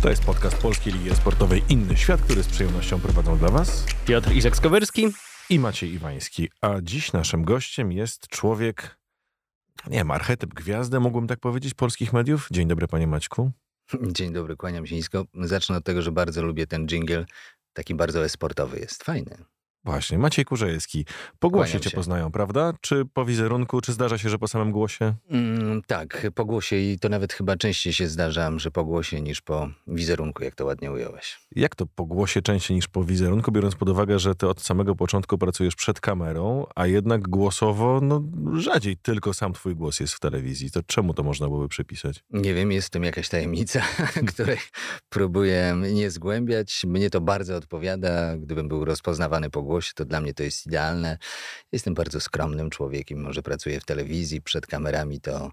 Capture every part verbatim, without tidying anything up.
To jest podcast Polskiej Ligi Sportowej Inny Świat, który z przyjemnością prowadzą dla Was Piotr Iżek-Skowyrski i Maciej Iwański. A dziś naszym gościem jest człowiek, nie wiem, archetyp, gwiazdę, mógłbym tak powiedzieć, polskich mediów. Dzień dobry, panie Maćku. Dzień dobry, kłaniam się nisko. Zacznę od tego, że bardzo lubię ten dżingiel. Taki bardzo e-sportowy jest, fajny. Właśnie, Maciej Kurzejewski. Po głosie Kłaniam cię się. poznają, prawda? Czy po wizerunku, czy zdarza się, że po samym głosie? Mm, tak, po głosie i to nawet chyba częściej się zdarza, że po głosie niż po wizerunku, jak to ładnie ująłeś. Jak to po głosie częściej niż po wizerunku, biorąc pod uwagę, że ty od samego początku pracujesz przed kamerą, a jednak głosowo, no rzadziej tylko sam twój głos jest w telewizji. To czemu to można byłoby przypisać? Nie wiem, jest w tym jakaś tajemnica, której próbuję nie zgłębiać. Mnie to bardzo odpowiada. Gdybym był rozpoznawany po głosie, to dla mnie to jest idealne. Jestem bardzo skromnym człowiekiem, może pracuję w telewizji, przed kamerami, to...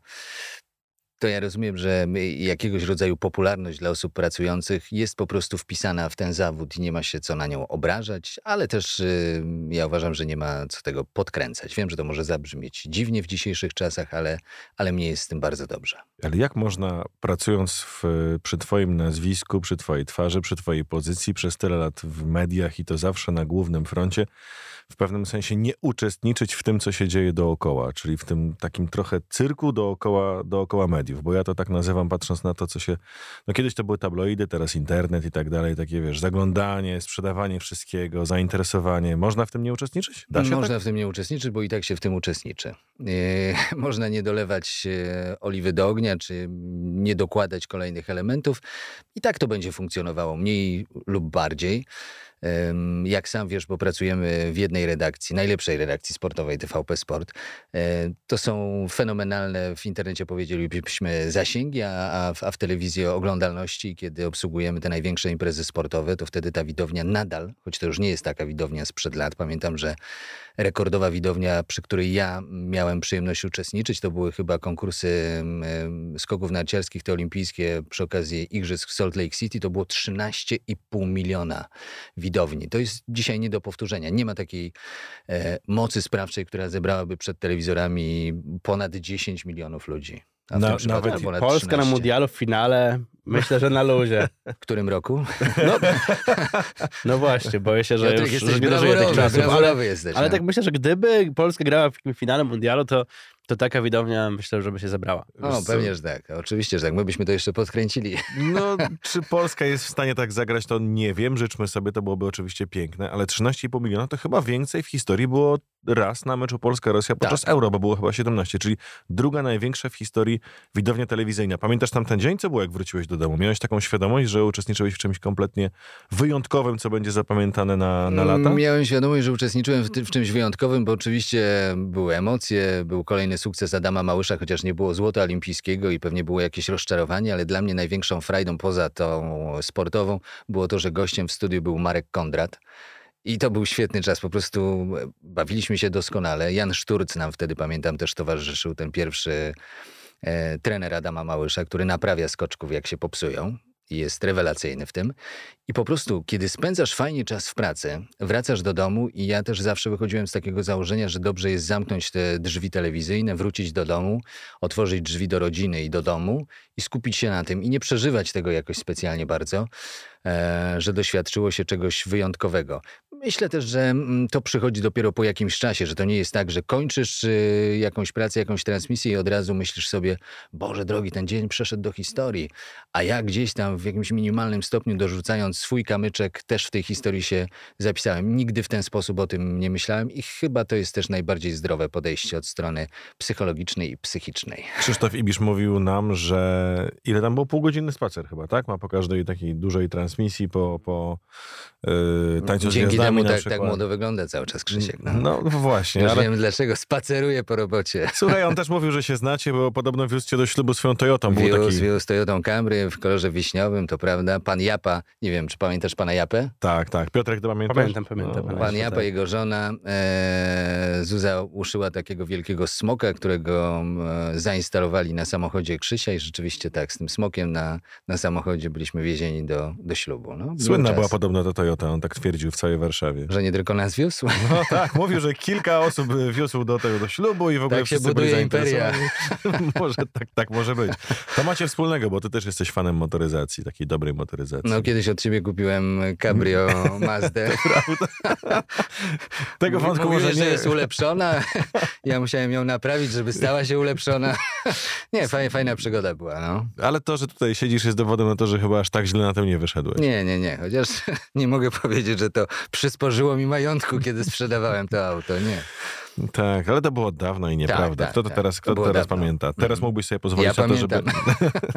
To ja rozumiem, że jakiegoś rodzaju popularność dla osób pracujących jest po prostu wpisana w ten zawód i nie ma się co na nią obrażać, ale też y, ja uważam, że nie ma co tego podkręcać. Wiem, że to może zabrzmieć dziwnie w dzisiejszych czasach, ale, ale mnie jest z tym bardzo dobrze. Ale jak można, pracując w, przy twoim nazwisku, przy twojej twarzy, przy twojej pozycji przez tyle lat w mediach i to zawsze na głównym froncie, w pewnym sensie nie uczestniczyć w tym, co się dzieje dookoła, czyli w tym takim trochę cyrku dookoła, dookoła mediów, bo ja to tak nazywam, patrząc na to, co się... No kiedyś to były tabloidy, teraz internet i tak dalej, takie wiesz, zaglądanie, sprzedawanie wszystkiego, zainteresowanie. Można w tym nie uczestniczyć? Da się Można tak? w tym nie uczestniczyć, bo i tak się w tym uczestniczy. Yy, można nie dolewać e, oliwy do ognia, czy nie dokładać kolejnych elementów. I tak to będzie funkcjonowało, mniej lub bardziej. Ym, Jak sam wiesz, bo pracujemy w jednej redakcji, najlepszej redakcji sportowej T V P Sport. E, To są fenomenalne, w internecie powiedzielibyśmy, zasięgi, a, a, w, a w telewizji oglądalności, kiedy obsługujemy te największe imprezy sportowe, to wtedy ta widownia nadal, choć to już nie jest taka widownia sprzed lat, pamiętam, że rekordowa widownia, przy której ja miałem przyjemność uczestniczyć, to były chyba konkursy ym, skoków narciarskich, te olimpijskie przy okazji Igrzysk w Salt Lake City, to było trzynaście i pół miliona widowni. To jest dzisiaj nie do powtórzenia. Nie ma takiej e, mocy sprawczej, która zebrałaby przed telewizorami ponad dziesięć milionów ludzi. A w Na- tym przypadku nawet ponad Polska na trzynaście. mundialu w finale, myślę, że na luzie. W którym roku? No, no właśnie, boję się, że Piotrek, już jesteś że nie dożyję tych brawurowy, czasów. Ale, brawurowy jesteś. ale no. tak myślę, że gdyby Polska grała w takim finale mundialu, to, to taka widownia, myślę, że by się zebrała. O, Wiesz co? pewnie, że tak. Oczywiście, że tak. My byśmy to jeszcze podkręcili. No, czy Polska jest w stanie tak zagrać, to nie wiem. Życzmy sobie, to byłoby oczywiście piękne, ale trzynaście i pół miliona to chyba więcej w historii było raz na meczu Polska-Rosja podczas Tak. Euro, bo było chyba siedemnaście, czyli druga największa w historii widownia telewizyjna. Pamiętasz tam ten dzień, co było, jak wróciłeś do domu? Miałeś taką świadomość, że uczestniczyłeś w czymś kompletnie wyjątkowym, co będzie zapamiętane na, na lata? Miałem świadomość, że uczestniczyłem w, tym, w czymś wyjątkowym, bo oczywiście były emocje, był kolejny sukces Adama Małysza, chociaż nie było złota olimpijskiego i pewnie było jakieś rozczarowanie, ale dla mnie największą frajdą poza tą sportową było to, że gościem w studiu był Marek Kondrat. I to był świetny czas, po prostu bawiliśmy się doskonale. Jan Szturc nam wtedy, pamiętam, też towarzyszył, ten pierwszy e, trener Adama Małysza, który naprawia skoczków, jak się popsują. I jest rewelacyjny w tym. I po prostu, kiedy spędzasz fajnie czas w pracy, wracasz do domu i ja też zawsze wychodziłem z takiego założenia, że dobrze jest zamknąć te drzwi telewizyjne, wrócić do domu, otworzyć drzwi do rodziny i do domu i skupić się na tym i nie przeżywać tego jakoś specjalnie bardzo, e, że doświadczyło się czegoś wyjątkowego. Myślę też, że mm, to przychodzi dopiero po jakimś czasie, że to nie jest tak, że kończysz y, jakąś pracę, jakąś transmisję i od razu myślisz sobie, Boże drogi, ten dzień przeszedł do historii. A ja gdzieś tam w jakimś minimalnym stopniu dorzucając swój kamyczek też w tej historii się zapisałem. Nigdy w ten sposób o tym nie myślałem i chyba to jest też najbardziej zdrowe podejście od strony psychologicznej i psychicznej. Krzysztof Ibisz mówił nam, że ile tam było? Półgodzinny spacer chyba, tak? Ma po każdej takiej dużej transmisji, po, po yy, tańcu z Dzięki gwiazdami temu na tak, przykład. tak młodo wygląda cały czas Krzysiek. No, No właśnie, Już ale wiem, dlaczego spaceruje po robocie. słuchaj, on też mówił, że się znacie, bo podobno wiózł cię do ślubu swoją Toyotą. Był Wiózł, taki... wiózł Toyotą Camry w kolorze wiśniowym, to prawda. Pan Japa, nie wiem, czy pamiętasz pana Japę? Tak, tak. Piotrek, to pamiętasz? Pamiętam, pamiętam, No, pamiętam. Pan Japa, tak. jego żona, e, Zuza uszyła takiego wielkiego smoka, którego e, zainstalowali na samochodzie Krzysia i rzeczywiście tak, z tym smokiem na, na samochodzie byliśmy wiezieni do, do ślubu. No, miły Słynna czas. była podobno ta Toyota, on tak twierdził w całej Warszawie. Warszawie. Że nie tylko nas wiózł? No tak, mówił, że kilka osób wiózł do tego do ślubu i w ogóle Tak się wszyscy byli buduje imperia. zainteresowani. Może tak, tak może być. To macie wspólnego, bo ty też jesteś fanem motoryzacji, takiej dobrej motoryzacji. No kiedyś od ciebie kupiłem Cabrio Mazdę. Tego wątku Mówiłeś, może nie... że jest ulepszona. Ja musiałem ją naprawić, żeby stała się ulepszona. Nie, fajna, fajna przygoda była, no. Ale to, że tutaj siedzisz, jest dowodem na to, że chyba aż tak źle na tym nie wyszedłeś. Nie, nie, nie. Chociaż nie mogę powiedzieć, że to przysporzyło mi majątku, kiedy sprzedawałem to auto. Nie. Tak, ale to było od dawna i nieprawda. tak, kto to tak. teraz, kto To to było teraz dawno. pamięta? Teraz Mhm. mógłbyś sobie pozwolić Ja na to, żeby... pamiętam.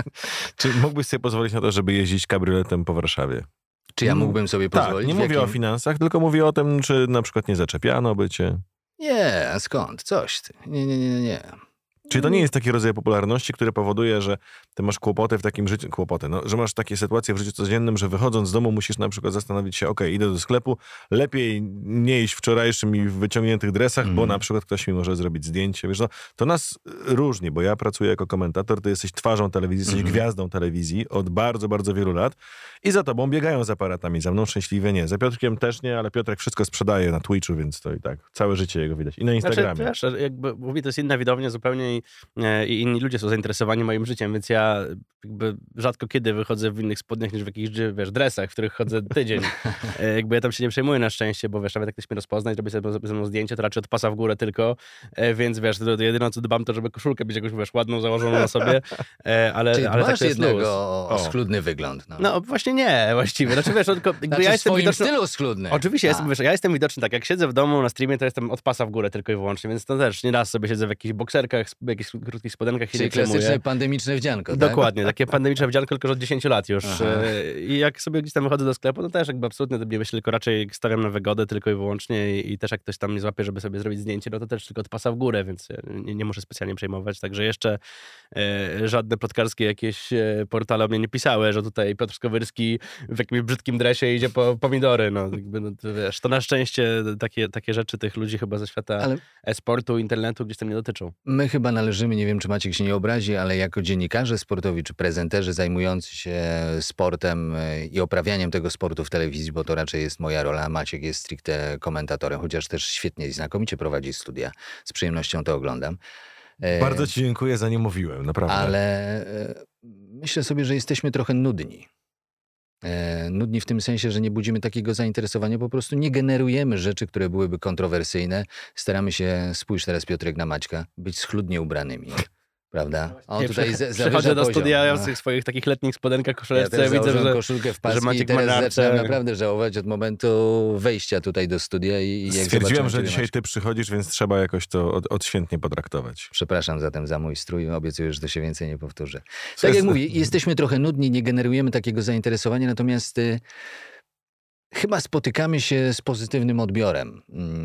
Czy mógłbyś sobie pozwolić na to, żeby jeździć kabrioletem po Warszawie? Czy ja mógłbym sobie pozwolić? Tak, nie W mówię jakim- o finansach, tylko mówię o tym, czy na przykład nie zaczepiano by cię. Nie, a skąd? Coś ty. Nie, nie, nie, nie. Czy to nie jest taki rodzaj popularności, który powoduje, że ty masz kłopoty w takim życiu, kłopoty, no, że masz takie sytuacje w życiu codziennym, że wychodząc z domu musisz na przykład zastanowić się, okej, idę do sklepu, lepiej nie iść w wczorajszym i w wyciągniętych dresach, Mm. bo na przykład ktoś mi może zrobić zdjęcie. Wiesz, no, to nas różni, bo ja pracuję jako komentator, ty jesteś twarzą telewizji, jesteś Mhm. gwiazdą telewizji od bardzo, bardzo wielu lat i za tobą biegają z aparatami, za mną szczęśliwie nie. Za Piotrkiem też nie, ale Piotrek wszystko sprzedaje na Twitchu, więc to i tak całe życie jego widać. I na Instagramie. Znaczy, wiesz, jakby mówi, to jest inna widownia zupełnie i, e, i inni ludzie są zainteresowani moim życiem, więc ja jakby rzadko kiedy wychodzę w innych spodniach niż w jakichś, wiesz, dresach, w których chodzę tydzień. E, jakby ja tam się nie przejmuję na szczęście, bo wiesz, nawet jak ktoś mnie rozpozna i robi sobie ze mną zdjęcie, to raczej od pasa w górę tylko, e, więc wiesz, to, to jedyne co dbam, to żeby koszulkę mieć jakąś, wiesz, ładną, założoną na sobie, e, ale, Czyli ale masz tak to jest jednego luz. o, O. schludny wygląd. No, No właśnie nie, właściwie. Znaczy wiesz, no, tylko jakby znaczy ja w jestem swoim widoczny... stylu schludny. Oczywiście, A. jestem, wiesz, ja jestem widoczny tak, jak siedzę w domu na streamie, to jestem od pasa w górę tylko i wyłącznie, więc to też nie raz sobie siedzę w jakichś bokserkach, w jakichś krótkich spodenkach i Czyli nie przejmuję. klasyczne pandemiczne wdzianko, tak? Dokładnie, takie pandemiczne wdzianko, tylko że od dziesięciu lat już. Aha. E, I jak sobie gdzieś tam wychodzę do sklepu, to też jakby absolutnie nie myślę, tylko raczej stawiam na wygodę tylko i wyłącznie i, i też jak ktoś tam mnie złapie, żeby sobie zrobić zdjęcie, no to też tylko od pasa w górę, więc ja nie, nie muszę specjalnie przejmować. Także jeszcze e, żadne plotkarskie jakieś e, portale o mnie nie pisały, że tutaj Piotr Skowyrski w jakimś brzydkim dresie idzie po pomidory. No, jakby, no to wiesz, to na szczęście takie, takie rzeczy tych ludzi chyba ze świata Ale e-sportu, internetu gdzieś tam nie dotyczą. my chyba należymy, nie wiem czy Maciek się nie obrazi, ale jako dziennikarze sportowi czy prezenterzy zajmujący się sportem y, i oprawianiem tego sportu w telewizji, bo to raczej jest moja rola. Maciek jest stricte komentatorem, chociaż też świetnie i znakomicie prowadzi studia. Z przyjemnością to oglądam. E, Bardzo ci dziękuję, za nie mówiłem, naprawdę. Ale e, myślę sobie, że jesteśmy trochę nudni. E, nudni w tym sensie, że nie budzimy takiego zainteresowania, po prostu nie generujemy rzeczy, które byłyby kontrowersyjne. Staramy się, spójrz teraz Piotrek na Maćka, być schludnie ubranymi. Prawda? A on Nie, tutaj przy- za- Przychodzę zawyża do poziom. studia, ja w No. tych swoich takich letnich spodenkach, Ja koszuleczce, też widzę, założyłem że... koszulkę w paski i Maciek teraz Marynarce- zaczynam naprawdę żałować od momentu wejścia tutaj do studia i, i jak Stwierdziłem, zobaczyłem że ciebie, dzisiaj Maćku. ty przychodzisz, więc trzeba jakoś to od, odświętnie potraktować. Przepraszam zatem za mój strój, obiecuję, że to się więcej nie powtórzy. Co Tak jak jest- mówię, jesteśmy trochę nudni, nie generujemy takiego zainteresowania, natomiast y, chyba spotykamy się z pozytywnym odbiorem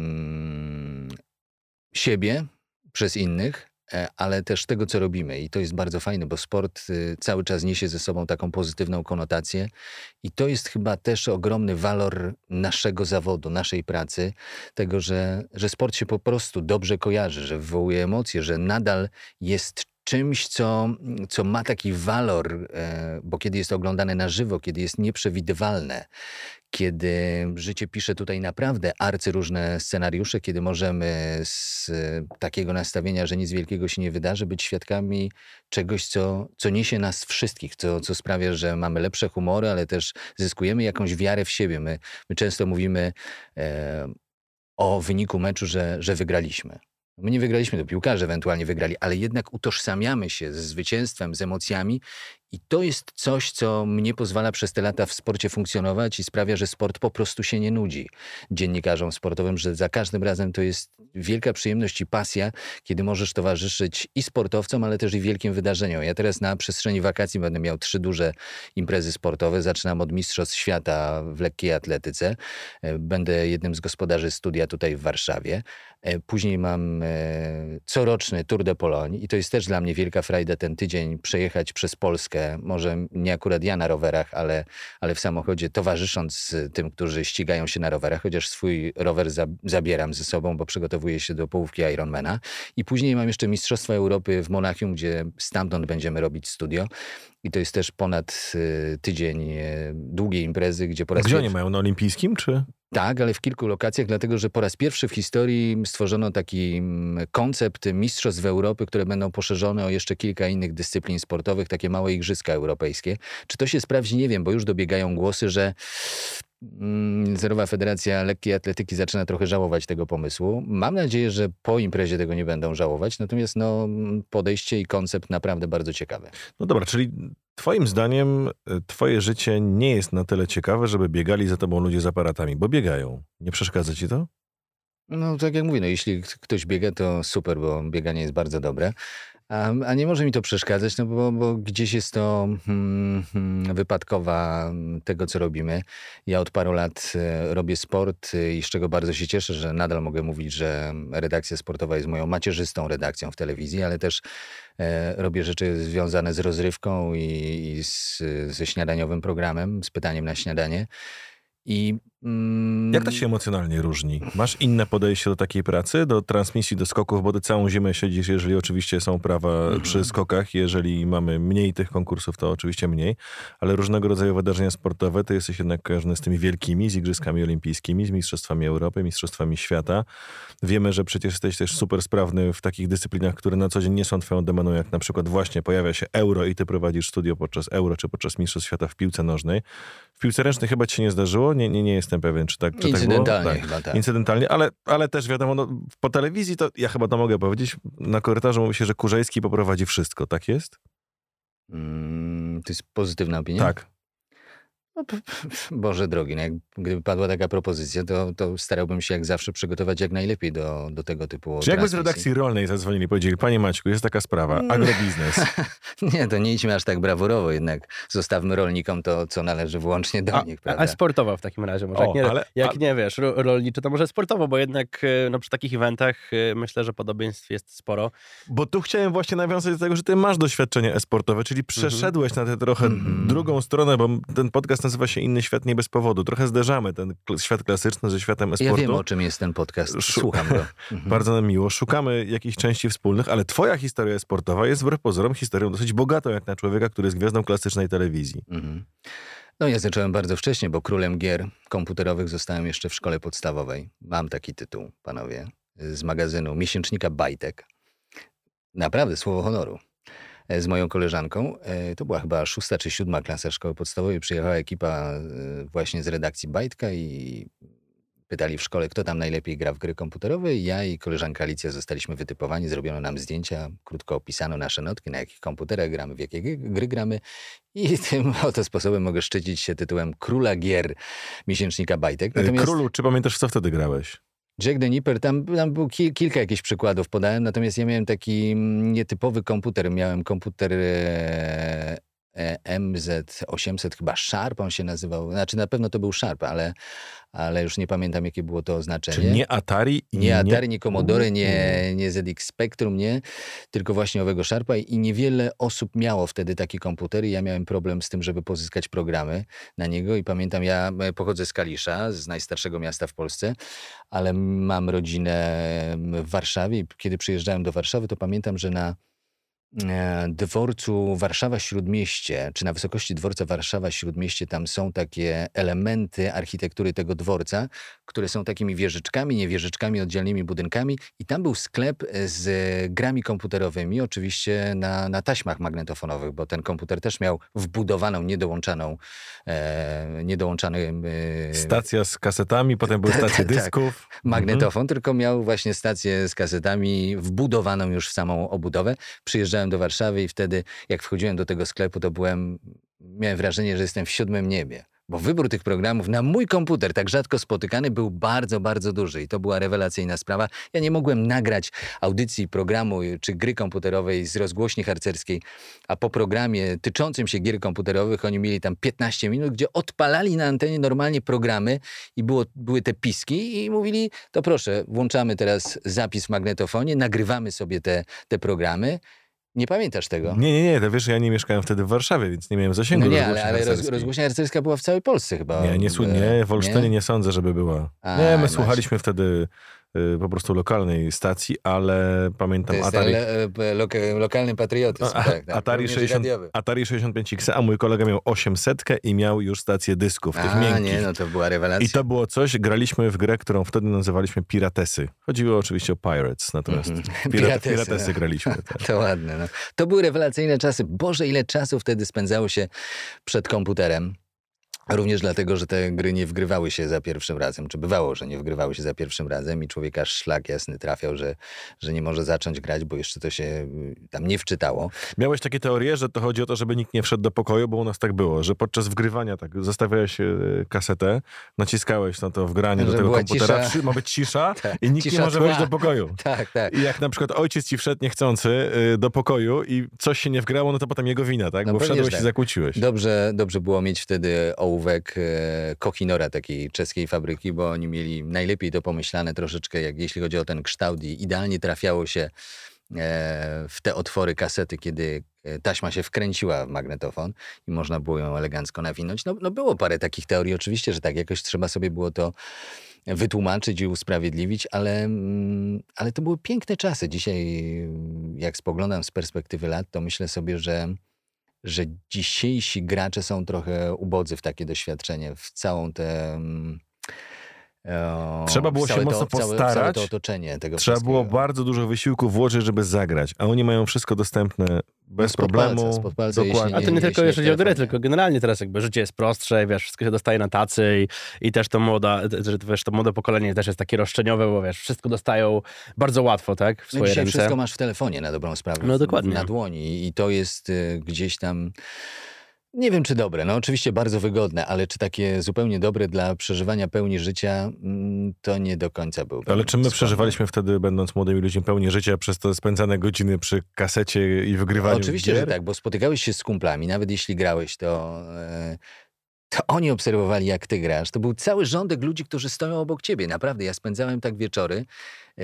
mm, siebie przez innych, e, ale też tego, co robimy. I to jest bardzo fajne, bo sport y, cały czas niesie ze sobą taką pozytywną konotację i to jest chyba też ogromny walor naszego zawodu, naszej pracy, tego, że, że sport się po prostu dobrze kojarzy, że wywołuje emocje, że nadal jest czymś, co, co ma taki walor, e, bo kiedy jest oglądane na żywo, kiedy jest nieprzewidywalne, kiedy życie pisze tutaj naprawdę arcyróżne scenariusze, kiedy możemy z e, takiego nastawienia, że nic wielkiego się nie wydarzy, być świadkami czegoś, co, co niesie nas wszystkich, co, co sprawia, że mamy lepsze humory, ale też zyskujemy jakąś wiarę w siebie. My, my często mówimy e, o wyniku meczu, że, że wygraliśmy. My nie wygraliśmy, to piłkarze ewentualnie wygrali, ale jednak utożsamiamy się ze zwycięstwem, z emocjami i to jest coś, co mnie pozwala przez te lata w sporcie funkcjonować i sprawia, że sport po prostu się nie nudzi dziennikarzom sportowym, że za każdym razem to jest wielka przyjemność i pasja, kiedy możesz towarzyszyć i sportowcom, ale też i wielkim wydarzeniom. Ja teraz na przestrzeni wakacji będę miał trzy duże imprezy sportowe. Zaczynam od Mistrzostw Świata w lekkiej atletyce. E, Będę jednym z gospodarzy studia tutaj w Warszawie. E, Później mam e, coroczny Tour de Pologne i to jest też dla mnie wielka frajda ten tydzień przejechać przez Polskę. Może nie akurat ja na rowerach, ale, ale w samochodzie towarzysząc tym, którzy ścigają się na rowerach, chociaż swój rower za, zabieram ze sobą, bo przygotowuję się do połówki Ironmana. I później mam jeszcze Mistrzostwa Europy w Monachium, gdzie stamtąd będziemy robić studio. I to jest też ponad y, tydzień y, długiej imprezy, gdzie po raz Gdzie oni pierwszy... mają? Na olimpijskim, czy? Tak, ale w kilku lokacjach, dlatego że po raz pierwszy w historii stworzono taki koncept mistrzostw Europy, które będą poszerzone o jeszcze kilka innych dyscyplin sportowych, takie małe igrzyska europejskie. Czy to się sprawdzi? Nie wiem, bo już dobiegają głosy, że Zerowa Federacja Lekkiej Atletyki zaczyna trochę żałować tego pomysłu. Mam nadzieję, że po imprezie tego nie będą żałować, natomiast no, podejście i koncept naprawdę bardzo ciekawe. No dobra, czyli twoim zdaniem twoje życie nie jest na tyle ciekawe, żeby biegali za tobą ludzie z aparatami, bo biegają. Nie przeszkadza ci to? No tak jak mówię, no, jeśli ktoś biega, to super, bo bieganie jest bardzo dobre. A, a nie może mi to przeszkadzać, no bo, bo gdzieś jest to hmm, hmm, wypadkowa tego, co robimy. Ja od paru lat e, robię sport e, i z czego bardzo się cieszę, że nadal mogę mówić, że redakcja sportowa jest moją macierzystą redakcją w telewizji, ale też e, robię rzeczy związane z rozrywką i, i z, ze śniadaniowym programem, z pytaniem na śniadanie. I, mm, Jak to się emocjonalnie różni? Masz inne podejście do takiej pracy, do transmisji, do skoków, bo ty całą zimę siedzisz, jeżeli oczywiście są prawa mm-hmm. przy skokach, jeżeli mamy mniej tych konkursów, to oczywiście mniej, ale różnego rodzaju wydarzenia sportowe, ty jesteś jednak kojarzony z tymi wielkimi, z Igrzyskami Olimpijskimi, z Mistrzostwami Europy, Mistrzostwami Świata. Wiemy, że przecież jesteś też super sprawny w takich dyscyplinach, które na co dzień nie są twoją domeną, jak na przykład właśnie pojawia się Euro i ty prowadzisz studio podczas Euro, czy podczas Mistrzostw Świata w piłce nożnej. W piłce ręcznej chyba ci się nie zdarzyło? Nie, nie, nie jestem pewien, czy tak, czy Incydentalnie tak było? chyba tak. Incydentalnie, ale, ale też wiadomo, no, po telewizji to, ja chyba to mogę powiedzieć, na korytarzu mówi się, że Kurzejski poprowadzi wszystko. Tak jest? Mm, to jest pozytywna opinia? Tak. No, p- p- Boże drogi, no jak, gdyby padła taka propozycja, to, to starałbym się jak zawsze przygotować jak najlepiej do, do tego typu Czy jakby z transmisji. redakcji rolnej zadzwonili i powiedzieli, panie Maćku, jest taka sprawa, agrobiznes. Nie, to nie idźmy aż tak brawurowo, jednak zostawmy rolnikom to, co należy wyłącznie do A, nich, a, prawda? a sportowo w takim razie, może O, jak, nie, ale- jak a- nie wiesz, ro, rolniczy, to może sportowo, bo jednak e, no, przy takich eventach e, myślę, że podobieństw jest sporo. Bo tu chciałem właśnie nawiązać do tego, że ty masz doświadczenie e-sportowe, czyli przeszedłeś na tę trochę Mhm. drugą stronę, bo ten podcast nazywa się Inny Świat nie bez powodu. Trochę zderzamy ten kl- świat klasyczny ze światem Ja e-sportu. wiem, o czym jest ten podcast, Szu- słucham go. Mhm. Bardzo nam miło. Szukamy jakichś części wspólnych, ale twoja historia sportowa jest wbrew pozorom historią dosyć bogatą, jak na człowieka, który jest gwiazdą klasycznej telewizji. Mhm. No ja zacząłem bardzo wcześnie, bo królem gier komputerowych zostałem jeszcze w szkole podstawowej. Mam taki tytuł, panowie, z magazynu miesięcznika Bajtek. Naprawdę, słowo honoru. Z moją koleżanką. E, To była chyba szósta czy siódma klasa szkoły podstawowej. Przyjechała ekipa e, właśnie z redakcji Bajtka i pytali w szkole, kto tam najlepiej gra w gry komputerowe. I ja i koleżanka Alicja zostaliśmy wytypowani, zrobiono nam zdjęcia, krótko opisano nasze notki, na jakich komputerach gramy, w jakie gry- gry gramy. I tym oto sposobem mogę szczycić się tytułem króla gier miesięcznika Bajtek. Natomiast Królu, czy pamiętasz, w co wtedy grałeś? Jack the Nipper, tam, tam był ki- kilka jakichś przykładów podałem, natomiast ja miałem taki mm, nietypowy komputer. Miałem komputer e, e, M Z osiemset, chyba Sharp on się nazywał. Znaczy na pewno to był Sharp, ale, ale już nie pamiętam, jakie było to oznaczenie. Czy nie Atari? I Nie Atari, nie Commodore, nie, nie Z X Spectrum, nie, tylko właśnie owego Sharpa i niewiele osób miało wtedy takie komputery. Ja miałem problem z tym, żeby pozyskać programy na niego i pamiętam, ja pochodzę z Kalisza, z najstarszego miasta w Polsce, ale mam rodzinę w Warszawie i kiedy przyjeżdżałem do Warszawy, to pamiętam, że na e, dworcu Warszawa-Śródmieście, czy na wysokości dworca Warszawa-Śródmieście, tam są takie elementy architektury tego dworca, które są takimi wieżyczkami, nie wieżyczkami, oddzielnymi budynkami i tam był sklep z grami komputerowymi, oczywiście na, na taśmach magnetofonowych, bo ten komputer też miał wbudowaną, niedołączaną, e, niedołączany e, Stacja z kasetami, potem były stacje tak. dysków. magnetofon, tylko miał właśnie stację z kasetami wbudowaną już w samą obudowę. Przyjeżdżałem do Warszawy i wtedy, jak wchodziłem do tego sklepu, to byłem, miałem wrażenie, że jestem w siódmym niebie. Bo wybór tych programów na mój komputer, tak rzadko spotykany, był bardzo, bardzo duży. I to była rewelacyjna sprawa. Ja nie mogłem nagrać audycji, programu czy gry komputerowej z rozgłośni harcerskiej, a po programie tyczącym się gier komputerowych oni mieli tam piętnaście minut, gdzie odpalali na antenie normalnie programy i było, były te piski i mówili, to proszę, włączamy teraz zapis w magnetofonie, nagrywamy sobie te, te programy. Nie pamiętasz tego? Nie, nie, nie, to wiesz, ja nie mieszkałem wtedy w Warszawie, więc nie miałem zasięgu No nie, rozgłośni ale, ale roz, harcerskiej. rozgłośnia harcerska była w całej Polsce chyba. Nie, nie, słu- nie, w Olsztynie nie? nie sądzę, żeby była. A, nie, my masz. słuchaliśmy wtedy y, po prostu lokalnej stacji, ale pamiętam To jest Atari... le, loka, lokalny patriotyzm. A, tak, tak. Atari, sześćdziesiąt, Atari sześćdziesiąt pięć X, a mój kolega miał osiemset i miał już stację dysków, tych a, miękkich. nie, no to była rewelacja. I to było coś, graliśmy w grę, którą wtedy nazywaliśmy Piratesy. Chodziło oczywiście o Pirates, natomiast mm-hmm. pirat, Piratesy, Piratesy no. graliśmy. Tak. To ładne. No. To były rewelacyjne czasy. Boże, ile czasu wtedy spędzało się przed komputerem. Również dlatego, że te gry nie wgrywały się za pierwszym razem, czy bywało, że nie wgrywały się za pierwszym razem i człowiek aż szlak jasny trafiał, że, że nie może zacząć grać, bo jeszcze to się tam nie wczytało. Miałeś takie teorie, że to chodzi o to, żeby nikt nie wszedł do pokoju, bo u nas tak było, że podczas wgrywania tak zostawiałeś kasetę, naciskałeś na to wgranie Że do tego komputera, cisza. ma być cisza Tak, i nikt cisza nie może tła. wejść do pokoju. Tak, tak. I jak na przykład ojciec ci wszedł niechcący do pokoju i coś się nie wgrało, no to potem jego wina, tak? No bo wszedłeś tak. i zakłóciłeś. Dobrze, dobrze było mieć wtedy ołówek Kohinora, takiej czeskiej fabryki, bo oni mieli najlepiej to pomyślane troszeczkę, jak jeśli chodzi o ten kształt i idealnie trafiało się w te otwory kasety, kiedy taśma się wkręciła w magnetofon i można było ją elegancko nawinąć. No, no było parę takich teorii, oczywiście, że tak, jakoś trzeba sobie było to wytłumaczyć i usprawiedliwić, ale, ale to były piękne czasy. Dzisiaj, jak spoglądam z perspektywy lat, to myślę sobie, że że dzisiejsi gracze są trochę ubodzy w takie doświadczenie, w całą tę... Trzeba było się mocno to, postarać. Całe to otoczenie tego Trzeba było bardzo dużo wysiłku włożyć, żeby zagrać, a oni mają wszystko dostępne bez spod problemu. Palca, spod palca, dokładnie. A to nie tylko jeżeli chodzi o grę, telefonie. tylko generalnie teraz jakby życie jest prostsze, wiesz, wszystko się dostaje na tacy i, i też to młoda, że wiesz, to młode pokolenie też jest takie roszczeniowe, bo wiesz, wszystko dostają bardzo łatwo, tak, w No swoje dzisiaj ręce. wszystko masz w telefonie, na dobrą sprawę. No w- dokładnie. Na dłoni i to jest y, gdzieś tam... Nie wiem, czy dobre. No oczywiście bardzo wygodne, ale czy takie zupełnie dobre dla przeżywania pełni życia, mm, to nie do końca był. Ale czy my przeżywaliśmy wtedy, będąc młodymi ludźmi, pełni życia przez to spędzane godziny przy kasecie i wygrywaniu Oczywiście, gier? że tak, bo spotykałeś się z kumplami, nawet jeśli grałeś, to, e, to oni obserwowali, jak ty grasz. To był cały rządek ludzi, którzy stoją obok ciebie. Naprawdę, ja spędzałem tak wieczory e,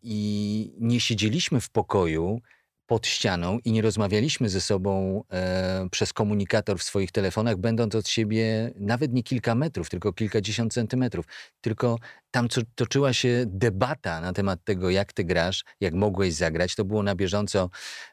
i nie siedzieliśmy w pokoju pod ścianą i nie rozmawialiśmy ze sobą e, przez komunikator w swoich telefonach, będąc od siebie nawet nie kilka metrów, tylko kilkadziesiąt centymetrów. Tylko tam co, toczyła się debata na temat tego, jak ty grasz, jak mogłeś zagrać. To było na bieżąco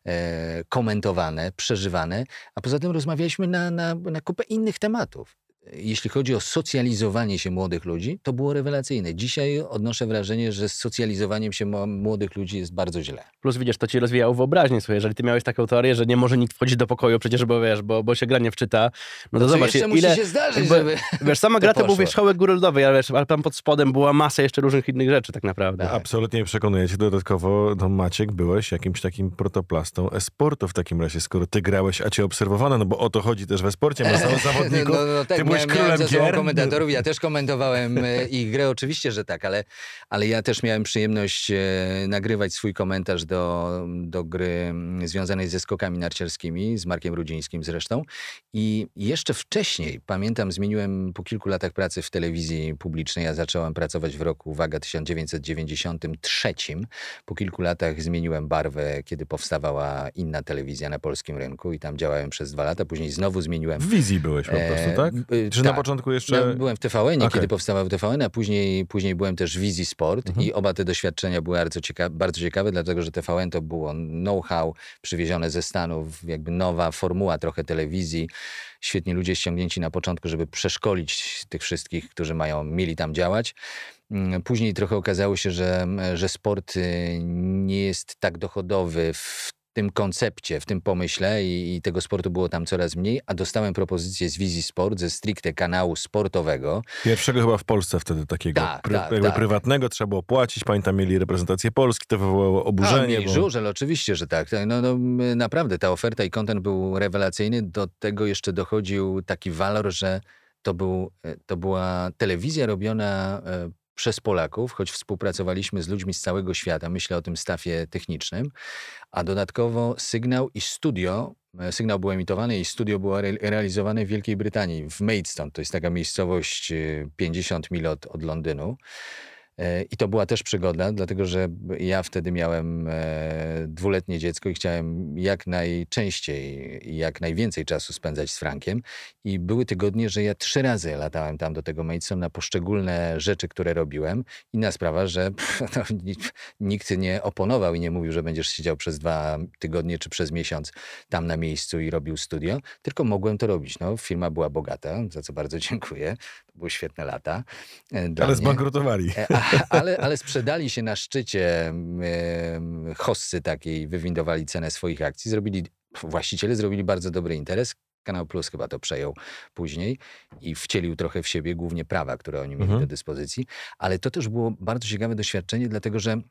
e, komentowane, przeżywane, a poza tym rozmawialiśmy na, na, na kupę innych tematów. Jeśli chodzi o socjalizowanie się młodych ludzi, to było rewelacyjne. Dzisiaj odnoszę wrażenie, że z socjalizowaniem się mo- młodych ludzi jest bardzo źle. Plus widzisz, to ci rozwijało wyobraźnię swoją. Jeżeli ty miałeś taką teorię, że nie może nikt wchodzić do pokoju przecież, bo wiesz, bo, bo się gra nie wczyta, no to Co zobacz, jeszcze musi ile... się zdarzyć, jakby, żeby Wiesz, sama to gra to był poszło. wierzchołek góry lodowej, ale, wiesz, ale tam pod spodem była masa jeszcze różnych innych rzeczy tak naprawdę. Tak. Absolutnie przekonujecie. Dodatkowo, no Maciek, byłeś jakimś takim protoplastą e-sportu w takim razie, skoro ty grałeś, a cię obserwowano, no bo o to chodzi też w e-sporcie, masz mało zawodników, No, no, tak, ty byłeś miałem, miałem królem ze sobą gier. komentatorów, ja też komentowałem e, ich grę, oczywiście, że tak, ale, ale ja też miałem przyjemność e, nagrywać swój komentarz do, do gry mm, związanej ze skokami narciarskimi, z Markiem Rudzińskim zresztą. I jeszcze wcześniej, pamiętam, zmieniłem po kilku latach pracy w telewizji publicznej, ja zacząłem pracować w roku, uwaga, tysiąc dziewięćset dziewięćdziesiątym trzecim. Po kilku latach zmieniłem barwę, kiedy powstawała inna telewizja na polskim rynku i tam działałem przez dwa lata, później znowu zmieniłem. W wizji byłeś po prostu, tak? E, y, Czy na tak. początku jeszcze... No, byłem w T V N-ie, Okej. kiedy powstawał T V N, a później, później byłem też w Wizji Sport Mhm. i oba te doświadczenia były bardzo, cieka- bardzo ciekawe, dlatego że T V N to było know-how przywiezione ze Stanów, jakby nowa formuła trochę telewizji. Świetni ludzie ściągnięci na początku, żeby przeszkolić tych wszystkich, którzy mają, mieli tam działać. Mm, Później trochę okazało się, że, że sport y, nie jest tak dochodowy w tym koncepcie, w tym pomyśle i, i tego sportu było tam coraz mniej, a dostałem propozycję z Wizji Sport, ze stricte kanału sportowego. Pierwszego chyba w Polsce wtedy takiego Tak, pry, tak, jakby tak. prywatnego, trzeba było płacić. Pamiętam, mieli reprezentację Polski, to wywołało A, oburzenie. mieli bo... żużel, oczywiście, że tak. No, no, m, naprawdę ta oferta i content był rewelacyjny. Do tego jeszcze dochodził taki walor, że to, był, e, to była telewizja robiona e, przez Polaków, choć współpracowaliśmy z ludźmi z całego świata, myślę o tym stafie technicznym, a dodatkowo sygnał i studio, e, sygnał był emitowany i studio było re- realizowane w Wielkiej Brytanii, w Maidstone. To jest taka miejscowość e, pięćdziesiąt mil od, od Londynu. I to była też przygoda, dlatego że ja wtedy miałem dwuletnie dziecko i chciałem jak najczęściej i jak najwięcej czasu spędzać z Frankiem. I były tygodnie, że ja trzy razy latałem tam do tego Maidstone na poszczególne rzeczy, które robiłem. Inna sprawa, że pff, no, nikt nie oponował i nie mówił, że będziesz siedział przez dwa tygodnie czy przez miesiąc tam na miejscu i robił studio, tylko mogłem to robić. No, firma była bogata, za co bardzo dziękuję. To były świetne lata. Dla ale mnie. Zbankrutowali. A, ale, ale sprzedali się na szczycie e, hossy takiej, wywindowali cenę swoich akcji, zrobili, właściciele zrobili bardzo dobry interes. Kanał Plus chyba to przejął później i wcielił trochę w siebie głównie prawa, które oni mieli Mhm. do dyspozycji. Ale to też było bardzo ciekawe doświadczenie, dlatego że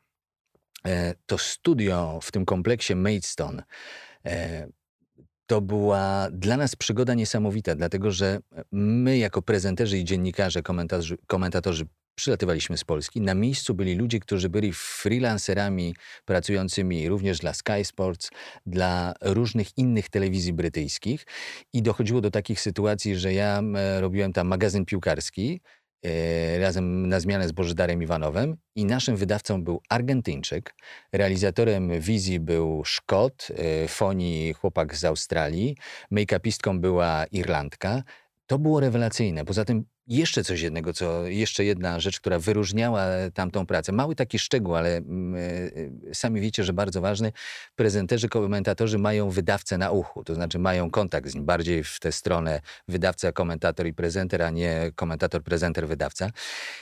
e, to studio w tym kompleksie Maidstone e, to była dla nas przygoda niesamowita, dlatego że my jako prezenterzy i dziennikarze, komentatorzy, komentatorzy przylatywaliśmy z Polski. Na miejscu byli ludzie, którzy byli freelancerami pracującymi również dla Sky Sports, dla różnych innych telewizji brytyjskich i dochodziło do takich sytuacji, że ja e, robiłem tam magazyn piłkarski e, razem na zmianę z Bożydarem Iwanowem i naszym wydawcą był Argentyńczyk, realizatorem wizji był Szkot, e, fonii chłopak z Australii, make-upistką była Irlandka. To było rewelacyjne. Poza tym jeszcze coś jednego, co, jeszcze jedna rzecz, która wyróżniała tamtą pracę. Mały taki szczegół, ale mm, y, sami wiecie, że bardzo ważny. Prezenterzy, komentatorzy mają wydawcę na uchu, to znaczy mają kontakt z nim bardziej w tę stronę wydawca, komentator i prezenter, a nie komentator, prezenter, wydawca.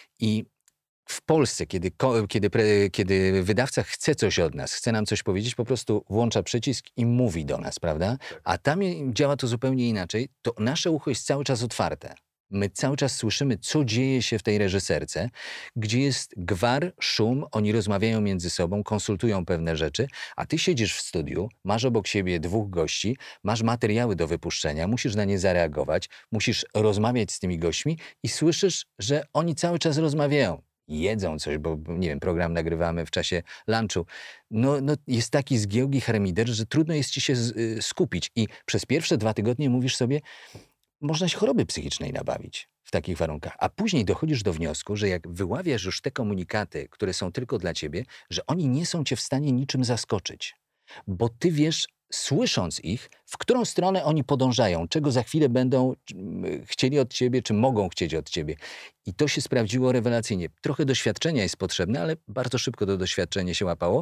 I w Polsce, kiedy, kiedy, kiedy wydawca chce coś od nas, chce nam coś powiedzieć, po prostu włącza przycisk i mówi do nas, prawda? A tam działa to zupełnie inaczej. To nasze ucho jest cały czas otwarte. My cały czas słyszymy, co dzieje się w tej reżyserce, gdzie jest gwar, szum, oni rozmawiają między sobą, konsultują pewne rzeczy, a ty siedzisz w studiu, masz obok siebie dwóch gości, masz materiały do wypuszczenia, musisz na nie zareagować, musisz rozmawiać z tymi gośćmi i słyszysz, że oni cały czas rozmawiają. Jedzą coś, bo nie wiem, program nagrywamy w czasie lunchu. No, no jest taki zgiełk i harmider, że trudno jest ci się z, y, skupić. I przez pierwsze dwa tygodnie mówisz sobie, można się choroby psychicznej nabawić w takich warunkach. A później dochodzisz do wniosku, że jak wyławiasz już te komunikaty, które są tylko dla ciebie, że oni nie są cię w stanie niczym zaskoczyć. Bo ty wiesz, słysząc ich, w którą stronę oni podążają, czego za chwilę będą chcieli od ciebie, czy mogą chcieć od ciebie. I to się sprawdziło rewelacyjnie. Trochę doświadczenia jest potrzebne, ale bardzo szybko to doświadczenie się łapało.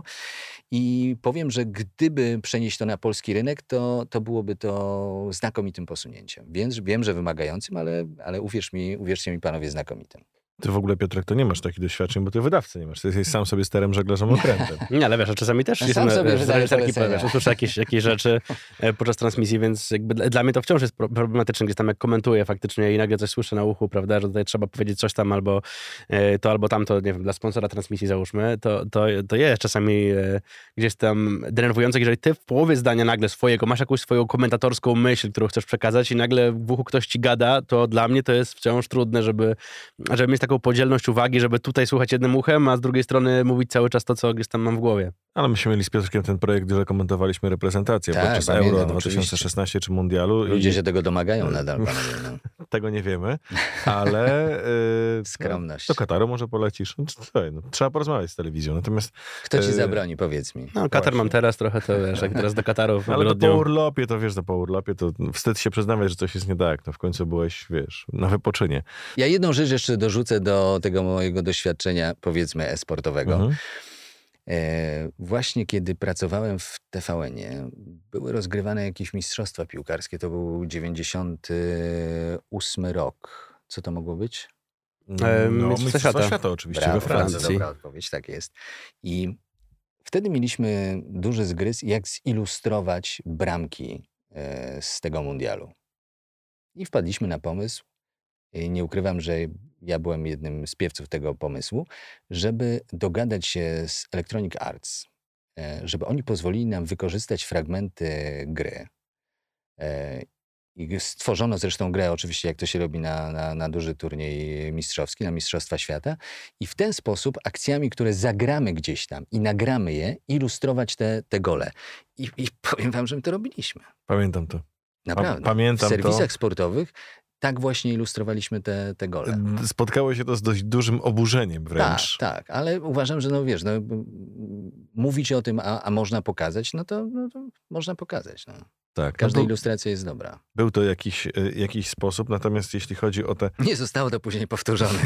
I powiem, że gdyby przenieść to na polski rynek, to, to byłoby to znakomitym posunięciem. Więc wiem, że wymagającym, ale, ale uwierz mi, uwierzcie mi panowie, znakomitym. Ty w ogóle, Piotrek, to nie masz takich doświadczeń, bo ty wydawcy nie masz. Ty jesteś sam sobie sterem, żeglarzem, okrętem. Nie, ale wiesz, a czasami też Ja jestem sam sobie na wydaję reżyserki, polecenia. wiesz, usłyszę jakieś, jakieś rzeczy e, podczas transmisji, więc jakby dla, dla mnie to wciąż jest pro- problematyczne, gdzieś tam jak komentuję faktycznie i nagle coś słyszę na uchu, prawda, że tutaj trzeba powiedzieć coś tam albo e, to, albo tamto, nie wiem, dla sponsora transmisji załóżmy, to, to, to jest czasami e, gdzieś tam denerwujące, jeżeli ty w połowie zdania nagle swojego, masz jakąś swoją komentatorską myśl, którą chcesz przekazać i nagle w uchu ktoś ci gada, to dla mnie to jest wciąż trudne, żeby, żeby mieć taką podzielność uwagi, żeby tutaj słuchać jednym uchem, a z drugiej strony mówić cały czas to, co gdzieś tam mam w głowie. Ale myśmy mieli z Piotrkiem ten projekt, gdzie komentowaliśmy reprezentację Tak, podczas pamiętam, Euro dwa tysiące szesnaście czy Mundialu. Ludzie i się tego domagają nadal, panowie. No. tego nie wiemy, ale yy, Skromność. do Kataru może polecisz. No, słuchaj, no, trzeba porozmawiać z telewizją. Natomiast Kto ci yy, zabroni, powiedz mi. No, Katar Właśnie. mam teraz trochę, to wiesz, jak teraz do Kataru w ale to grudniu. po urlopie, to wiesz, to po urlopie, to wstyd się przyznawać, że coś jest nie tak. No w końcu byłeś, wiesz, na wypoczynie. Ja jedną rzecz jeszcze dorzucę do tego mojego doświadczenia, powiedzmy, e-sportowego. Mhm. E, właśnie kiedy pracowałem w T V N-ie, były rozgrywane jakieś mistrzostwa piłkarskie. To był dziewięćdziesiąty ósmy rok. Co to mogło być? E, No, Mistrzostwa Mistrzostwa Świata. Świata oczywiście Brawo, we Francji. bardzo dobra odpowiedź, tak jest. I wtedy mieliśmy duży zgryz, jak zilustrować bramki e, z tego mundialu. I wpadliśmy na pomysł, i nie ukrywam, że ja byłem jednym z piewców tego pomysłu, żeby dogadać się z Electronic Arts, e, żeby oni pozwolili nam wykorzystać fragmenty gry. E, I stworzono zresztą grę, oczywiście jak to się robi na, na, na duży turniej mistrzowski, na Mistrzostwa Świata. I w ten sposób akcjami, które zagramy gdzieś tam i nagramy je, ilustrować te, te gole. I, I powiem wam, że my to robiliśmy. Pamiętam to. Naprawdę. pamiętam w serwisach to. sportowych tak właśnie ilustrowaliśmy te, te gole. Spotkało się to z dość dużym oburzeniem wręcz. Tak, tak, ale uważam, że no wiesz, no, mówić o tym, a, a można pokazać, no to, no to można pokazać. No. Tak, Każda no ilustracja jest dobra. Był to jakiś, jakiś sposób, natomiast jeśli chodzi o te... Nie zostało to później powtórzone.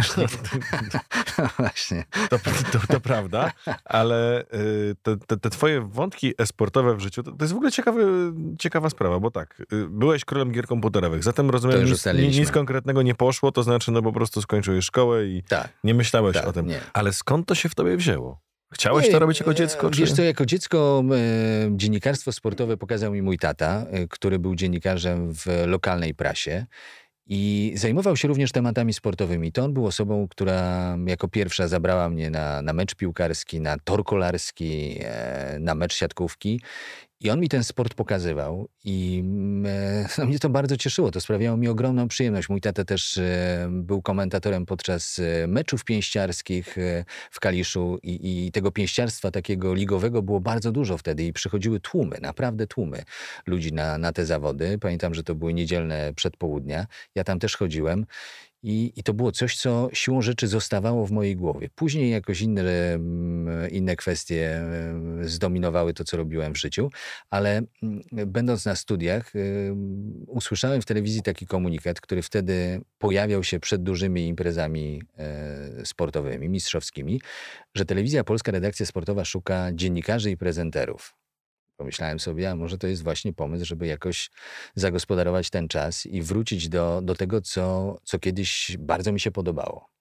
No właśnie. To, to, to prawda, ale te, te, te twoje wątki e-sportowe w życiu, to, to jest w ogóle ciekawy, ciekawa sprawa, bo tak, byłeś królem gier komputerowych, zatem rozumiem, nic, nic konkretnego nie poszło, to znaczy, no po prostu skończyłeś szkołę i tak, nie myślałeś tak, o tym. Nie. Ale skąd to się w tobie wzięło? Chciałeś nie, to robić jako dziecko? Wiesz czy... co, jako dziecko e, dziennikarstwo sportowe pokazał mi mój tata, e, który był dziennikarzem w lokalnej prasie. I zajmował się również tematami sportowymi. To on był osobą, która jako pierwsza zabrała mnie na, na mecz piłkarski, na tor kolarski, e, na mecz siatkówki. I on mi ten sport pokazywał i e, no, mnie to bardzo cieszyło. To sprawiało mi ogromną przyjemność. Mój tata też e, był komentatorem podczas e, meczów pięściarskich e, w Kaliszu i, i tego pięściarstwa takiego ligowego było bardzo dużo wtedy i przychodziły tłumy, naprawdę tłumy ludzi na, na te zawody. Pamiętam, że to były niedzielne przedpołudnia. Ja tam też chodziłem. I, I to było coś, co siłą rzeczy zostawało w mojej głowie. Później jakoś inne, inne kwestie zdominowały to, co robiłem w życiu, ale będąc na studiach, usłyszałem w telewizji taki komunikat, który wtedy pojawiał się przed dużymi imprezami sportowymi, mistrzowskimi, że Telewizja Polska, redakcja sportowa szuka dziennikarzy i prezenterów. Pomyślałem sobie, a może to jest właśnie pomysł, żeby jakoś zagospodarować ten czas i wrócić do, do tego, co, co kiedyś bardzo mi się podobało.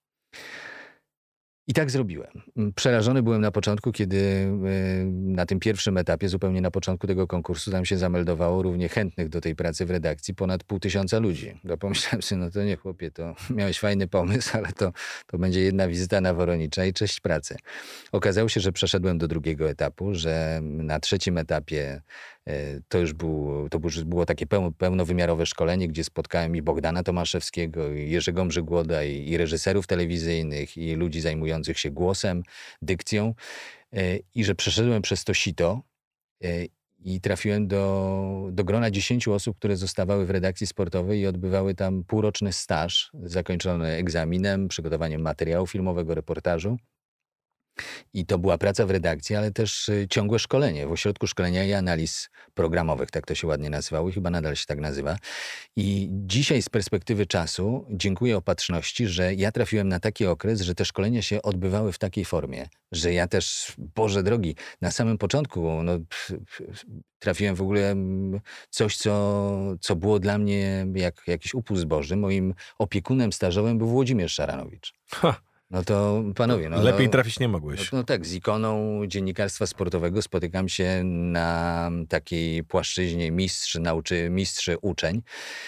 I tak zrobiłem. Przerażony byłem na początku, kiedy na tym pierwszym etapie, zupełnie na początku tego konkursu, tam się zameldowało równie chętnych do tej pracy w redakcji ponad pół tysiąca ludzi. To pomyślałem sobie, no to nie chłopie, to miałeś fajny pomysł, ale to, to będzie jedna wizyta na Woronicza i cześć pracy. Okazało się, że przeszedłem do drugiego etapu, że na trzecim etapie to już był, to już było takie pełnowymiarowe szkolenie, gdzie spotkałem i Bogdana Tomaszewskiego, i Jerzego Mrzygłoda, i, i reżyserów telewizyjnych, i ludzi zajmujących się głosem, dykcją. I że przeszedłem przez to sito i trafiłem do, do grona dziesięciu osób, które zostawały w redakcji sportowej i odbywały tam półroczny staż, zakończony egzaminem, przygotowaniem materiału filmowego, reportażu. I to była praca w redakcji, ale też ciągłe szkolenie w Ośrodku Szkolenia i Analiz Programowych, tak to się ładnie nazywało i chyba nadal się tak nazywa. I dzisiaj z perspektywy czasu dziękuję Opatrzności, że ja trafiłem na taki okres, że te szkolenia się odbywały w takiej formie, że ja też, Boże drogi, na samym początku no, trafiłem w ogóle coś, co, co było dla mnie jak jakiś upust Boży. Moim opiekunem stażowym był Włodzimierz Szaranowicz. Ha. No to panowie... No, Lepiej no, trafić nie mogłeś. No, no tak, z ikoną dziennikarstwa sportowego spotykam się na takiej płaszczyźnie mistrz, nauczy, mistrz, uczeń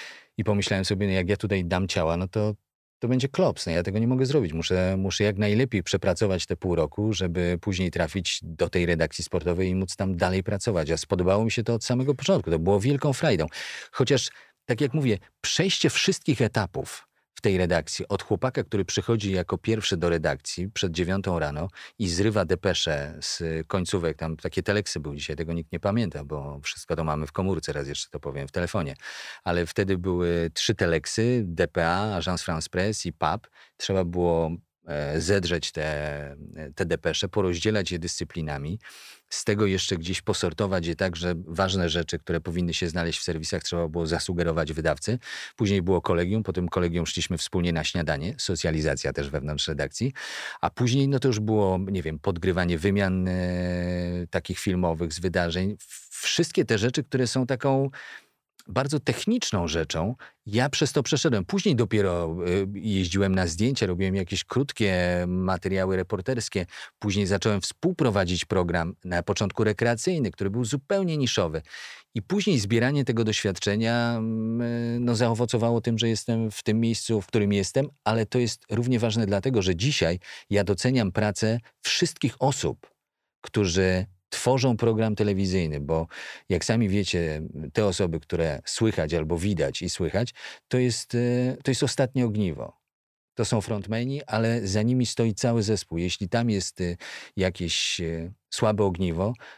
i pomyślałem sobie, no jak ja tutaj dam ciała, no to to będzie klops. No ja tego nie mogę zrobić. Muszę, muszę jak najlepiej przepracować te pół roku, żeby później trafić do tej redakcji sportowej i móc tam dalej pracować. A spodobało mi się to od samego początku. To było wielką frajdą. Chociaż, tak jak mówię, przejście wszystkich etapów w tej redakcji, od chłopaka, który przychodzi jako pierwszy do redakcji przed dziewiątą rano i zrywa depesze z końcówek, tam takie teleksy były dzisiaj, tego nikt nie pamięta, bo wszystko to mamy w komórce, raz jeszcze to powiem, w telefonie. Ale wtedy były trzy teleksy, D P A, Agence France Presse i P A P. Trzeba było zedrzeć te, te depesze, porozdzielać je dyscyplinami, z tego jeszcze gdzieś posortować je tak, że ważne rzeczy, które powinny się znaleźć w serwisach, trzeba było zasugerować wydawcy. Później było kolegium, po tym kolegium szliśmy wspólnie na śniadanie, socjalizacja też wewnątrz redakcji, a później no to już było, nie wiem, podgrywanie wymian e, takich filmowych z wydarzeń. Wszystkie te rzeczy, które są taką bardzo techniczną rzeczą, ja przez to przeszedłem. Później dopiero jeździłem na zdjęcia, robiłem jakieś krótkie materiały reporterskie. Później zacząłem współprowadzić program, na początku rekreacyjny, który był zupełnie niszowy. I później zbieranie tego doświadczenia no, zaowocowało tym, że jestem w tym miejscu, w którym jestem, ale to jest równie ważne dlatego, że dzisiaj ja doceniam pracę wszystkich osób, którzy tworzą program telewizyjny, bo jak sami wiecie, te osoby, które słychać albo widać i słychać, to jest, to jest ostatnie ogniwo. To są frontmeni, ale za nimi stoi cały zespół. Jeśli tam jest jakieś słabe ogniwo,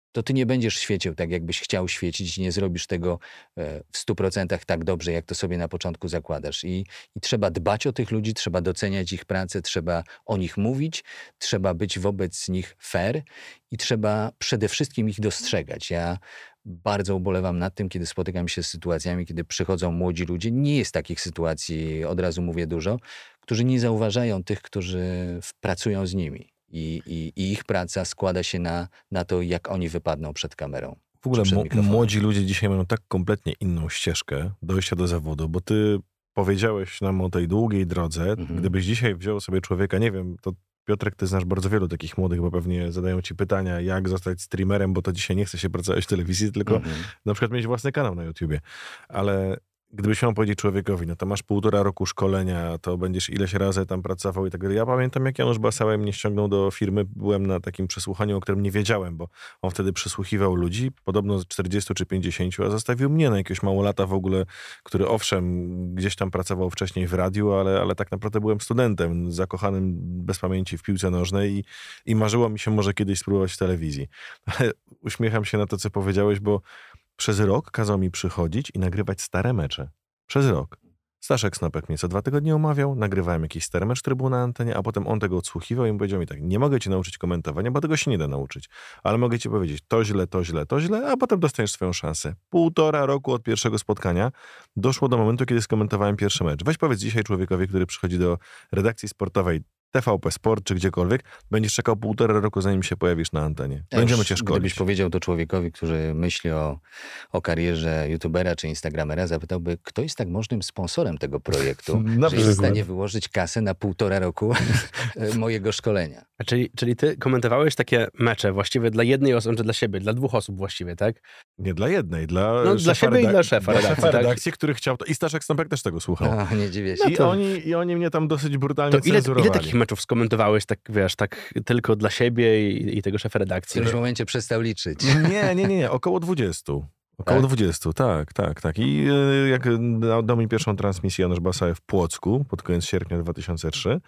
to ty nie będziesz świecił tak, jakbyś chciał świecić i nie zrobisz tego w stu procentach tak dobrze, jak to sobie na początku zakładasz. I, I trzeba dbać o tych ludzi, trzeba doceniać ich pracę, trzeba o nich mówić, trzeba być wobec nich fair i trzeba przede wszystkim ich dostrzegać. Ja bardzo ubolewam nad tym, kiedy spotykam się z sytuacjami, kiedy przychodzą młodzi ludzie. Nie jest takich sytuacji, od razu mówię dużo, którzy nie zauważają tych, którzy pracują z nimi. I, i, i ich praca składa się na, na to, jak oni wypadną przed kamerą. W ogóle m- młodzi ludzie dzisiaj mają tak kompletnie inną ścieżkę dojścia do zawodu, bo ty powiedziałeś nam o tej długiej drodze. Mhm. Gdybyś dzisiaj wziął sobie człowieka, nie wiem, to Piotrek, ty znasz bardzo wielu takich młodych, bo pewnie zadają ci pytania, jak zostać streamerem, bo to dzisiaj nie chce się pracować w telewizji, tylko mhm. na przykład mieć własny kanał na YouTubie. Ale gdybyś miał powiedzieć człowiekowi, no to masz półtora roku szkolenia, to będziesz ileś razy tam pracował i tak dalej. Ja pamiętam, jak Janusz Basała mnie ściągnął do firmy, byłem na takim przesłuchaniu, o którym nie wiedziałem, bo on wtedy przesłuchiwał ludzi, podobno z czterdziestu czy pięćdziesięciu, a zostawił mnie na jakiegoś małolata w ogóle, który owszem, gdzieś tam pracował wcześniej w radiu, ale, ale tak naprawdę byłem studentem, zakochanym bez pamięci w piłce nożnej i, i marzyło mi się może kiedyś spróbować w telewizji. Ale uśmiecham się na to, co powiedziałeś, bo przez rok kazał mi przychodzić i nagrywać stare mecze. Przez rok. Staszek Snopek mnie co dwa tygodnie omawiał, nagrywałem jakiś stary mecz, który był na antenie, a potem on tego odsłuchiwał i powiedział mi tak, nie mogę cię nauczyć komentowania, bo tego się nie da nauczyć, ale mogę ci powiedzieć to źle, to źle, to źle, a potem dostaniesz swoją szansę. Półtora roku od pierwszego spotkania doszło do momentu, kiedy skomentowałem pierwszy mecz. Weź powiedz dzisiaj człowiekowi, który przychodzi do redakcji sportowej T V P Sport czy gdziekolwiek, będziesz czekał półtora roku, zanim się pojawisz na antenie. Będziemy cię szkolić. Gdybyś powiedział to człowiekowi, który myśli o, o karierze youtubera czy instagramera, zapytałby, kto jest tak możnym sponsorem tego projektu, że jest w stanie wyłożyć kasę na półtora roku mojego szkolenia. A czyli, czyli ty komentowałeś takie mecze właściwie dla jednej osoby, czy dla siebie, dla dwóch osób właściwie, tak? Nie dla jednej, dla no, dla siebie redak- i dla szefa dla redakcji, szefa tak? redakcji, który chciał to. I Staszek Snopek też tego słuchał. A, nie dziwię się. No to... I, oni, I oni mnie tam dosyć brutalnie to ile, cenzurowali. Ile takich meczów skomentowałeś, tak wiesz, tak tylko dla siebie i, i tego szefa redakcji? W którymś momencie przestał liczyć. Nie, nie, nie, nie. Około dwudziestu. Około tak? dwudziestu, tak, tak, tak. I y, jak dał mi pierwszą transmisję Janusz Basała w Płocku pod koniec sierpnia dwa tysiące trzeciego,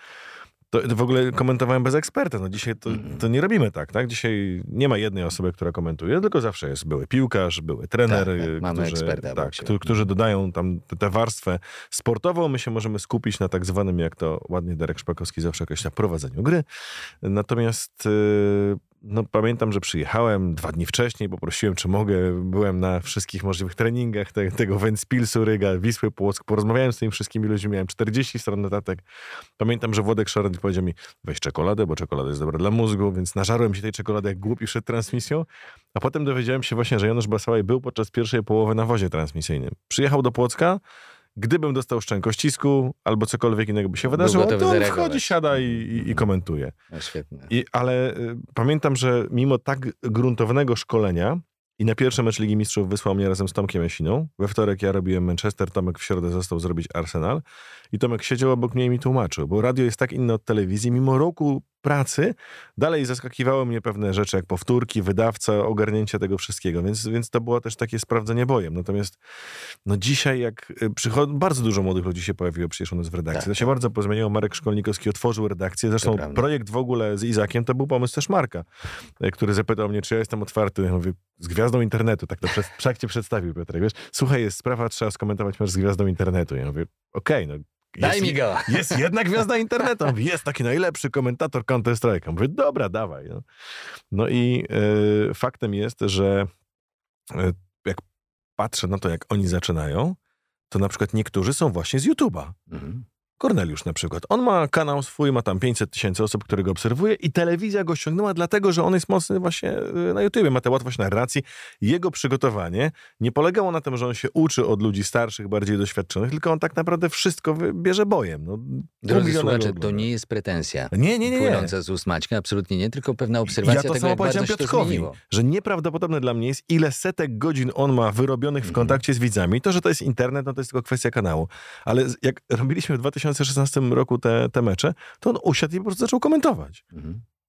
to w ogóle komentowałem bez eksperta. No dzisiaj to, to nie robimy tak, tak? Dzisiaj nie ma jednej osoby, która komentuje, tylko zawsze jest były piłkarz, były trener, tak, tak. Mamy którzy, eksperta, tak, którzy, którzy dodają tam tę warstwę sportową. My się możemy skupić na tak zwanym, jak to ładnie Darek Szpakowski zawsze określa, prowadzeniu gry. Natomiast yy, no, pamiętam, że przyjechałem dwa dni wcześniej, poprosiłem, czy mogę. Byłem na wszystkich możliwych treningach te, tego Ventspilsu, Ryga, Wisły, Płock. Porozmawiałem z tymi wszystkimi ludźmi, miałem czterdzieści stron notatek. Pamiętam, że Włodek Szorent powiedział mi, weź czekoladę, bo czekolada jest dobra dla mózgu, więc nażarłem się tej czekolady jak głupi przed transmisją. A potem dowiedziałem się właśnie, że Janusz Basała był podczas pierwszej połowy na wozie transmisyjnym. Przyjechał do Płocka. Gdybym dostał szczękościsku albo cokolwiek innego by się wydarzyło, to on zareagować. Wchodzi, siada i, i, i komentuje. No, świetnie. I, ale y, pamiętam, że mimo tak gruntownego szkolenia i na pierwszy mecz Ligi Mistrzów wysłał mnie razem z Tomkiem Jasiną. We wtorek ja robiłem Manchester, Tomek w środę został zrobić Arsenal i Tomek siedział obok mnie i mi tłumaczył, bo radio jest tak inne od telewizji. Mimo roku pracy dalej zaskakiwały mnie pewne rzeczy, jak powtórki, wydawca, ogarnięcie tego wszystkiego, więc, więc to było też takie sprawdzenie bojem. Natomiast no dzisiaj jak przychodzi, bardzo dużo młodych ludzi się pojawiło przecież u nas w redakcji. Tak, to się tak. bardzo pozmieniało. Marek Szkolnikowski otworzył redakcję. Zresztą projekt w ogóle z Izakiem to był pomysł też Marka, który zapytał mnie, czy ja jestem otwarty. Ja mówię, z gwiazdą internetu. Tak to przed, tak cię przedstawił, Piotrek. Wiesz, słuchaj, jest sprawa, trzeba skomentować mecz z gwiazdą internetu. Ja mówię, okej, okay, no Daj jest, mi go. Jest jedna gwiazda internetu. Jest taki najlepszy komentator Counter-Strike'a. Mówię, dobra, dawaj. No, no i y, faktem jest, że y, jak patrzę na to, jak oni zaczynają, to na przykład niektórzy są właśnie z YouTube'a. Mhm. Korneliusz na przykład. On ma kanał swój, ma tam pięćset tysięcy osób, które go obserwuje i telewizja go ściągnęła dlatego, że on jest mocny właśnie na YouTubie, ma tę łatwość narracji. Jego przygotowanie nie polegało na tym, że on się uczy od ludzi starszych, bardziej doświadczonych, tylko on tak naprawdę wszystko bierze bojem. No, Drodzy słuchacze, to nie jest pretensja. Nie, nie, nie. Płynąca z ust Maćka, absolutnie nie, tylko pewna obserwacja ja to tego, samo jak powiedziałem bardzo się Piotrkowi, to zmieniło. Że nieprawdopodobne dla mnie jest, ile setek godzin on ma wyrobionych w kontakcie z widzami. To, że to jest internet, no to jest tylko kwestia kanału. Ale jak robiliśmy w dwa tysiące szesnastym roku te, te mecze, to on usiadł i po prostu zaczął komentować. Mhm.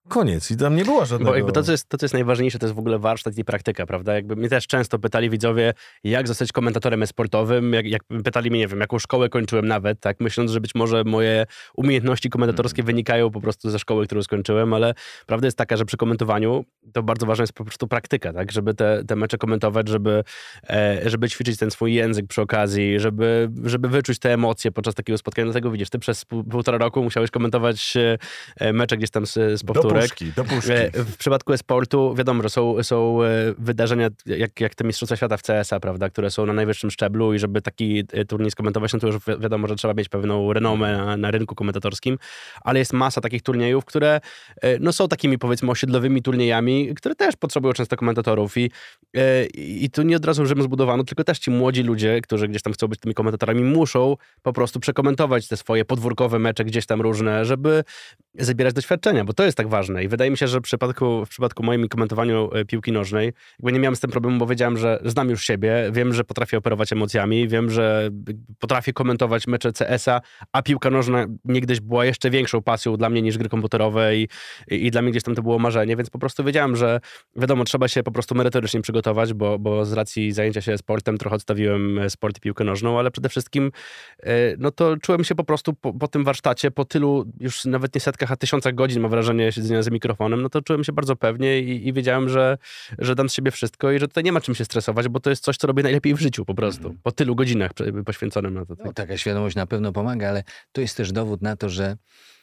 Koniec. I tam nie było żadnego... Bo jakby to, co jest, to, co jest najważniejsze, to jest w ogóle warsztat i praktyka, prawda? Jakby mnie też często pytali widzowie, jak zostać komentatorem e-sportowym, jak, jak pytali mnie, nie wiem, jaką szkołę kończyłem nawet, tak? Myśląc, że być może moje umiejętności komentatorskie wynikają po prostu ze szkoły, którą skończyłem, ale prawda jest taka, że przy komentowaniu to bardzo ważna jest po prostu praktyka, tak? Żeby te, te mecze komentować, żeby, e, żeby ćwiczyć ten swój język przy okazji, żeby, żeby wyczuć te emocje podczas takiego spotkania. Dlatego widzisz, ty przez pół, półtora roku musiałeś komentować e, mecze gdzieś tam z, z powtórek. Do puszki, do puszki. W przypadku e-sportu wiadomo, że są, są wydarzenia jak, jak te Mistrzostwa Świata w C S a, prawda, które są na najwyższym szczeblu i żeby taki turniej skomentować, no to już wi- wiadomo, że trzeba mieć pewną renomę na, na rynku komentatorskim, ale jest masa takich turniejów, które no, są takimi powiedzmy osiedlowymi turniejami, które też potrzebują często komentatorów i, i, i tu nie od razu Rzym zbudowano, tylko też ci młodzi ludzie, którzy gdzieś tam chcą być tymi komentatorami, muszą po prostu przekomentować te swoje podwórkowe mecze gdzieś tam różne, żeby zabierać doświadczenia, bo to jest tak ważne i wydaje mi się, że w przypadku, w przypadku moim komentowaniu piłki nożnej, jakby nie miałem z tym problemu, bo wiedziałem, że znam już siebie, wiem, że potrafię operować emocjami, wiem, że potrafię komentować mecze C S a, a piłka nożna niegdyś była jeszcze większą pasją dla mnie niż gry komputerowe i, i, i dla mnie gdzieś tam to było marzenie, więc po prostu wiedziałem, że wiadomo, trzeba się po prostu merytorycznie przygotować, bo, bo z racji zajęcia się sportem trochę odstawiłem sport i piłkę nożną, ale przede wszystkim no to czułem się po prostu po, po tym warsztacie, po tylu już nawet nie setkach, a tysiącach godzin, mam wrażenie, siedzenia z mikrofonem, no to czułem się bardzo pewnie i, i wiedziałem, że, że dam z siebie wszystko i że tutaj nie ma czym się stresować, bo to jest coś, co robię najlepiej w życiu po prostu. Mm. Po tylu godzinach poświęconym na to. No, taka świadomość na pewno pomaga, ale to jest też dowód na to, że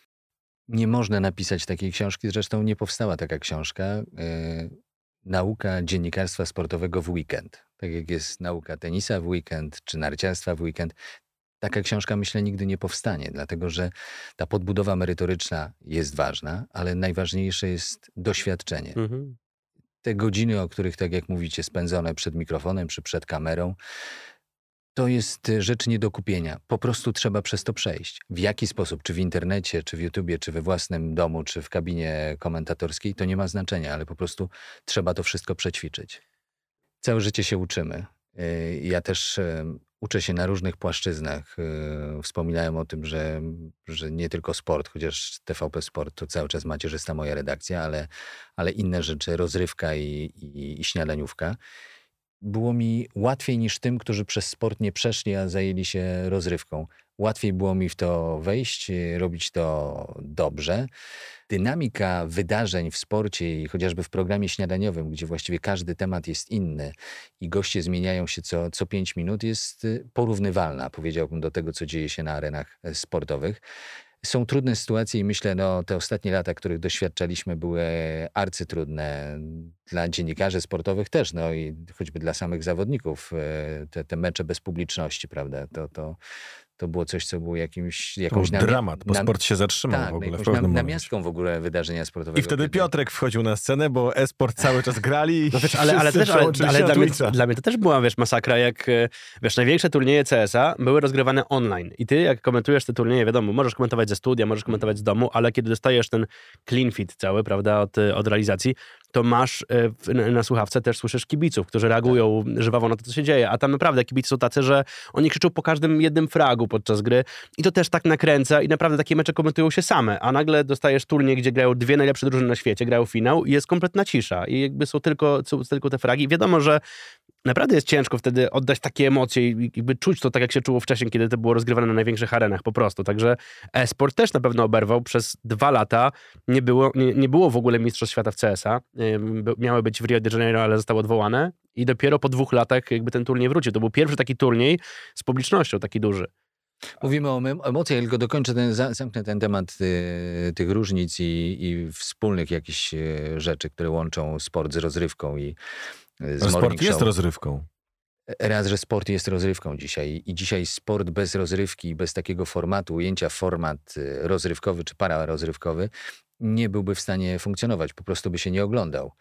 nie można napisać takiej książki. Zresztą nie powstała taka książka. Yy, nauka dziennikarstwa sportowego w weekend. Tak jak jest nauka tenisa w weekend, czy narciarstwa w weekend. Taka książka, myślę, nigdy nie powstanie, dlatego że ta podbudowa merytoryczna jest ważna, ale najważniejsze jest doświadczenie. Mhm. Te godziny, o których, tak jak mówicie, spędzone przed mikrofonem czy przed kamerą, to jest rzecz nie do kupienia. Po prostu trzeba przez to przejść. W jaki sposób, czy w internecie, czy w YouTubie, czy we własnym domu, czy w kabinie komentatorskiej, to nie ma znaczenia, ale po prostu trzeba to wszystko przećwiczyć. Całe życie się uczymy. Ja też uczę się na różnych płaszczyznach. Wspominałem o tym, że, że nie tylko sport, chociaż T V P Sport to cały czas macierzysta moja redakcja, ale, ale inne rzeczy, rozrywka i, i, i śniadaniówka. Było mi łatwiej niż tym, którzy przez sport nie przeszli, a zajęli się rozrywką. Łatwiej było mi w to wejść, robić to dobrze. Dynamika wydarzeń w sporcie i chociażby w programie śniadaniowym, gdzie właściwie każdy temat jest inny i goście zmieniają się co, co pięć minut, jest porównywalna, powiedziałbym, do tego, co dzieje się na arenach sportowych. Są trudne sytuacje i myślę, no te ostatnie lata, których doświadczaliśmy, były arcytrudne dla dziennikarzy sportowych też, no i choćby dla samych zawodników. Te, te mecze bez publiczności, prawda, to, to, to było coś, co było jakimś... jakąś to był dramat, bo sport się zatrzymał tak, w ogóle. Tak, w pewnym namiastką w ogóle wydarzenia sportowego. I wtedy kiedy... Piotrek wchodził na scenę, bo e-sport cały czas grali. No wiesz, ale, ale, też, ale, ale dla, mnie, dla mnie to też była, wiesz, masakra, jak, wiesz, największe turnieje C S a były rozgrywane online. I ty, jak komentujesz te turnieje, wiadomo, możesz komentować ze studia, możesz komentować z domu, ale kiedy dostajesz ten clean feed cały, prawda, od, od realizacji, to masz na, na słuchawce też słyszysz kibiców, którzy reagują tak. żywawo na to, co się dzieje. A tam naprawdę kibice są tacy, że oni krzyczą po każdym jednym fragu podczas gry i to też tak nakręca i naprawdę takie mecze komentują się same. A nagle dostajesz turniej, gdzie grają dwie najlepsze drużyny na świecie, grają finał i jest kompletna cisza. I jakby są tylko, są tylko te fragi. I wiadomo, że naprawdę jest ciężko wtedy oddać takie emocje i jakby czuć to tak, jak się czuło wcześniej, kiedy to było rozgrywane na największych arenach po prostu. Także e-sport też na pewno oberwał. Przez dwa lata nie było, nie, nie było w ogóle Mistrzostw Świata w C S a. Miały być w Rio de Janeiro, ale zostały odwołane. I dopiero po dwóch latach jakby ten turniej wrócił. To był pierwszy taki turniej z publicznością, taki duży. Mówimy o emocjach, tylko dokończę ten, zamknę ten temat y, tych różnic i, i wspólnych jakichś rzeczy, które łączą sport z rozrywką i z sport morning jest show. rozrywką. Raz, że sport jest rozrywką dzisiaj i dzisiaj sport bez rozrywki, bez takiego formatu, ujęcia w format rozrywkowy czy pararozrywkowy nie byłby w stanie funkcjonować, po prostu by się nie oglądał.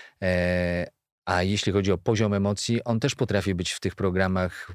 E, a jeśli chodzi o poziom emocji, on też potrafi być w tych programach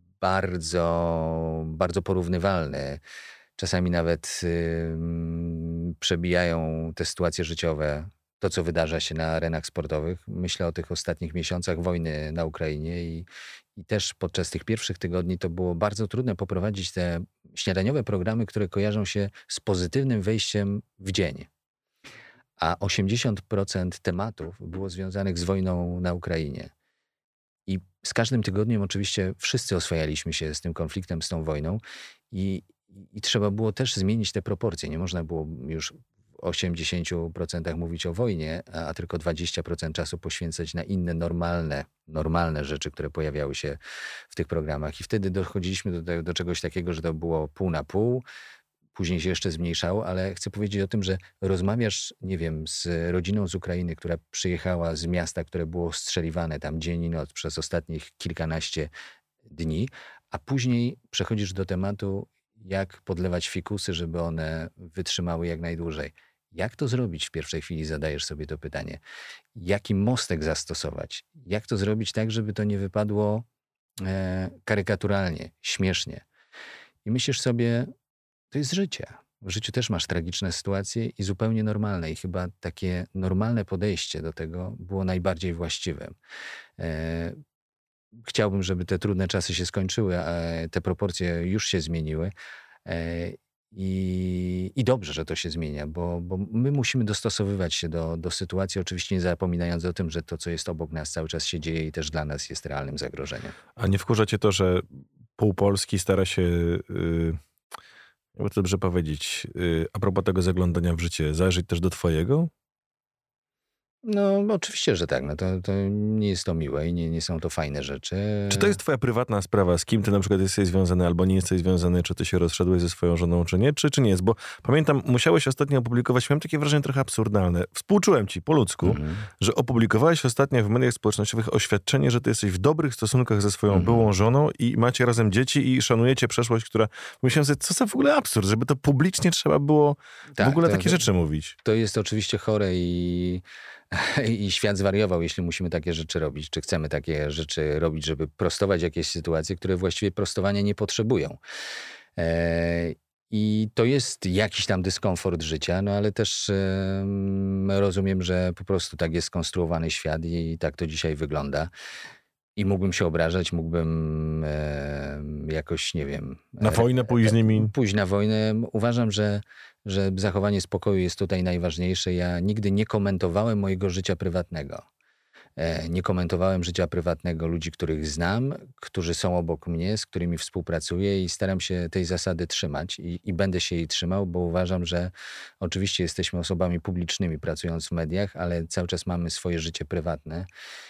bardzo, bardzo porównywalny. Czasami nawet y, przebijają te sytuacje życiowe, to co wydarza się na arenach sportowych. Myślę o tych ostatnich miesiącach wojny na Ukrainie i, i też podczas tych pierwszych tygodni to było bardzo trudno poprowadzić te śniadaniowe programy, które kojarzą się z pozytywnym wejściem w dzień. a osiemdziesiąt procent tematów było związanych z wojną na Ukrainie. I z każdym tygodniem oczywiście wszyscy oswajaliśmy się z tym konfliktem, z tą wojną i, i trzeba było też zmienić te proporcje. Nie można było już w osiemdziesięciu procentach mówić o wojnie, a, a tylko dwadzieścia procent czasu poświęcać na inne normalne, normalne rzeczy, które pojawiały się w tych programach. I wtedy dochodziliśmy do, do czegoś takiego, że to było pół na pół. Później się jeszcze zmniejszało, ale chcę powiedzieć o tym, że rozmawiasz, nie wiem, z rodziną z Ukrainy, która przyjechała z miasta, które było strzeliwane tam dzień i noc przez ostatnich kilkanaście dni, a później przechodzisz do tematu, jak podlewać fikusy, żeby one wytrzymały jak najdłużej. Jak to zrobić w pierwszej chwili, zadajesz sobie to pytanie. Jaki mostek zastosować? Jak to zrobić tak, żeby to nie wypadło e, karykaturalnie, śmiesznie? I myślisz sobie, to jest życie. W życiu też masz tragiczne sytuacje i zupełnie normalne. I chyba takie normalne podejście do tego było najbardziej właściwym. E, chciałbym, żeby te trudne czasy się skończyły, a te proporcje już się zmieniły. E, i, I dobrze, że to się zmienia, bo, bo my musimy dostosowywać się do, do sytuacji, oczywiście nie zapominając o tym, że to, co jest obok nas, cały czas się dzieje i też dla nas jest realnym zagrożeniem. A nie wkurza cię to, że pół Polski stara się... Yy... Jakby to dobrze powiedzieć, yy, a propos tego zaglądania w życie, zajrzeć też do twojego? No oczywiście, że tak. No to, to nie jest to miłe i nie, nie są to fajne rzeczy. Czy to jest twoja prywatna sprawa, z kim ty na przykład jesteś związany albo nie jesteś związany, czy ty się rozszedłeś ze swoją żoną, czy nie, czy, czy nie jest? Bo pamiętam, musiałeś ostatnio opublikować, miałem takie wrażenie trochę absurdalne. Współczułem ci po ludzku, mhm. że opublikowałeś ostatnio w mediach społecznościowych oświadczenie, że ty jesteś w dobrych stosunkach ze swoją mhm. byłą żoną i macie razem dzieci i szanujecie przeszłość, która... Myślałem sobie, co za w ogóle absurd, żeby to publicznie trzeba było tak, w ogóle to, takie rzeczy mówić. To jest oczywiście chore i... I świat zwariował, jeśli musimy takie rzeczy robić, czy chcemy takie rzeczy robić, żeby prostować jakieś sytuacje, które właściwie prostowania nie potrzebują. E, I to jest jakiś tam dyskomfort życia, no ale też e, rozumiem, że po prostu tak jest skonstruowany świat i tak to dzisiaj wygląda. I mógłbym się obrażać, mógłbym e, jakoś, nie wiem... Na wojnę pójść z nimi? Pójść na wojnę. Uważam, że, że zachowanie spokoju jest tutaj najważniejsze. Ja nigdy nie komentowałem mojego życia prywatnego. E, nie komentowałem życia prywatnego ludzi, których znam, którzy są obok mnie, z którymi współpracuję i staram się tej zasady trzymać i, i będę się jej trzymał, bo uważam, że oczywiście jesteśmy osobami publicznymi pracując w mediach, ale cały czas mamy swoje życie prywatne.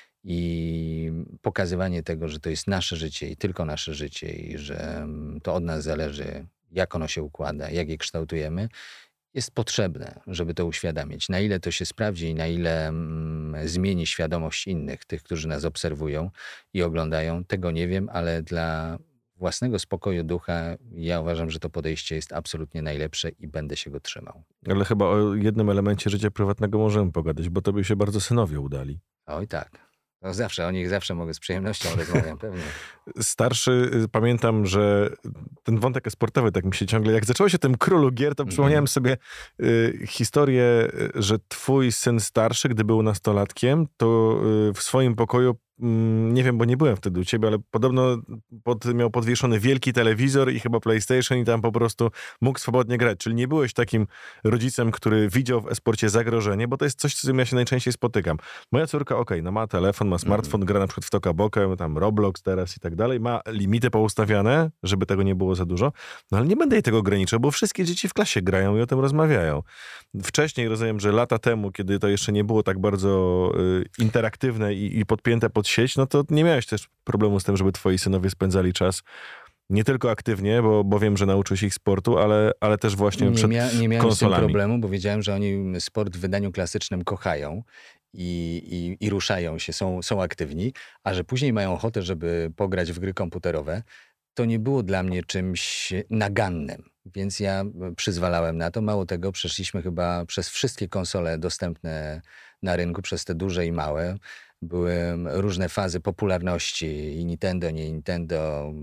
I pokazywanie tego, że to jest nasze życie i tylko nasze życie i że to od nas zależy, jak ono się układa, jak je kształtujemy, jest potrzebne, żeby to uświadamiać. Na ile to się sprawdzi i na ile mm, zmieni świadomość innych, tych, którzy nas obserwują i oglądają, tego nie wiem, ale dla własnego spokoju ducha ja uważam, że to podejście jest absolutnie najlepsze i będę się go trzymał. Ale chyba o jednym elemencie życia prywatnego możemy pogadać, bo tobie się bardzo synowie udali. Oj tak. No zawsze, o nich zawsze mogę z przyjemnością rozmawiam, pewnie. Starszy, pamiętam, że ten wątek sportowy tak mi się ciągle, jak zaczęło się o tym królu gier, to mm. przypomniałem sobie y, historię, że twój syn starszy, gdy był nastolatkiem, to y, w swoim pokoju, y, nie wiem, bo nie byłem wtedy u ciebie, ale podobno pod, miał podwieszony wielki telewizor i chyba PlayStation i tam po prostu mógł swobodnie grać. Czyli nie byłeś takim rodzicem, który widział w e-sporcie zagrożenie, bo to jest coś, z czym ja się najczęściej spotykam. Moja córka, okej, okay, no ma telefon, ma smartfon, mm. gra na przykład w Toka Bokę, tam Roblox teraz i tak dalej, ma limity poustawiane, żeby tego nie było za dużo, no ale nie będę jej tego ograniczał, bo wszystkie dzieci w klasie grają i o tym rozmawiają. Wcześniej rozumiem, że lata temu, kiedy to jeszcze nie było tak bardzo y, interaktywne i, i podpięte pod sieć, no to nie miałeś też problemu z tym, żeby twoi synowie spędzali czas nie tylko aktywnie, bo, bo wiem, że nauczyłeś ich sportu, ale, ale też właśnie nie przed mia, Nie miałem konsolami. z tym problemu, bo wiedziałem, że oni sport w wydaniu klasycznym kochają i, i, i ruszają się, są, są aktywni, a że później mają ochotę, żeby pograć w gry komputerowe, to nie było dla mnie czymś nagannym. Więc ja przyzwalałem na to. Mało tego, przeszliśmy chyba przez wszystkie konsole dostępne na rynku, przez te duże i małe. Były różne fazy popularności i Nintendo, nie Nintendo.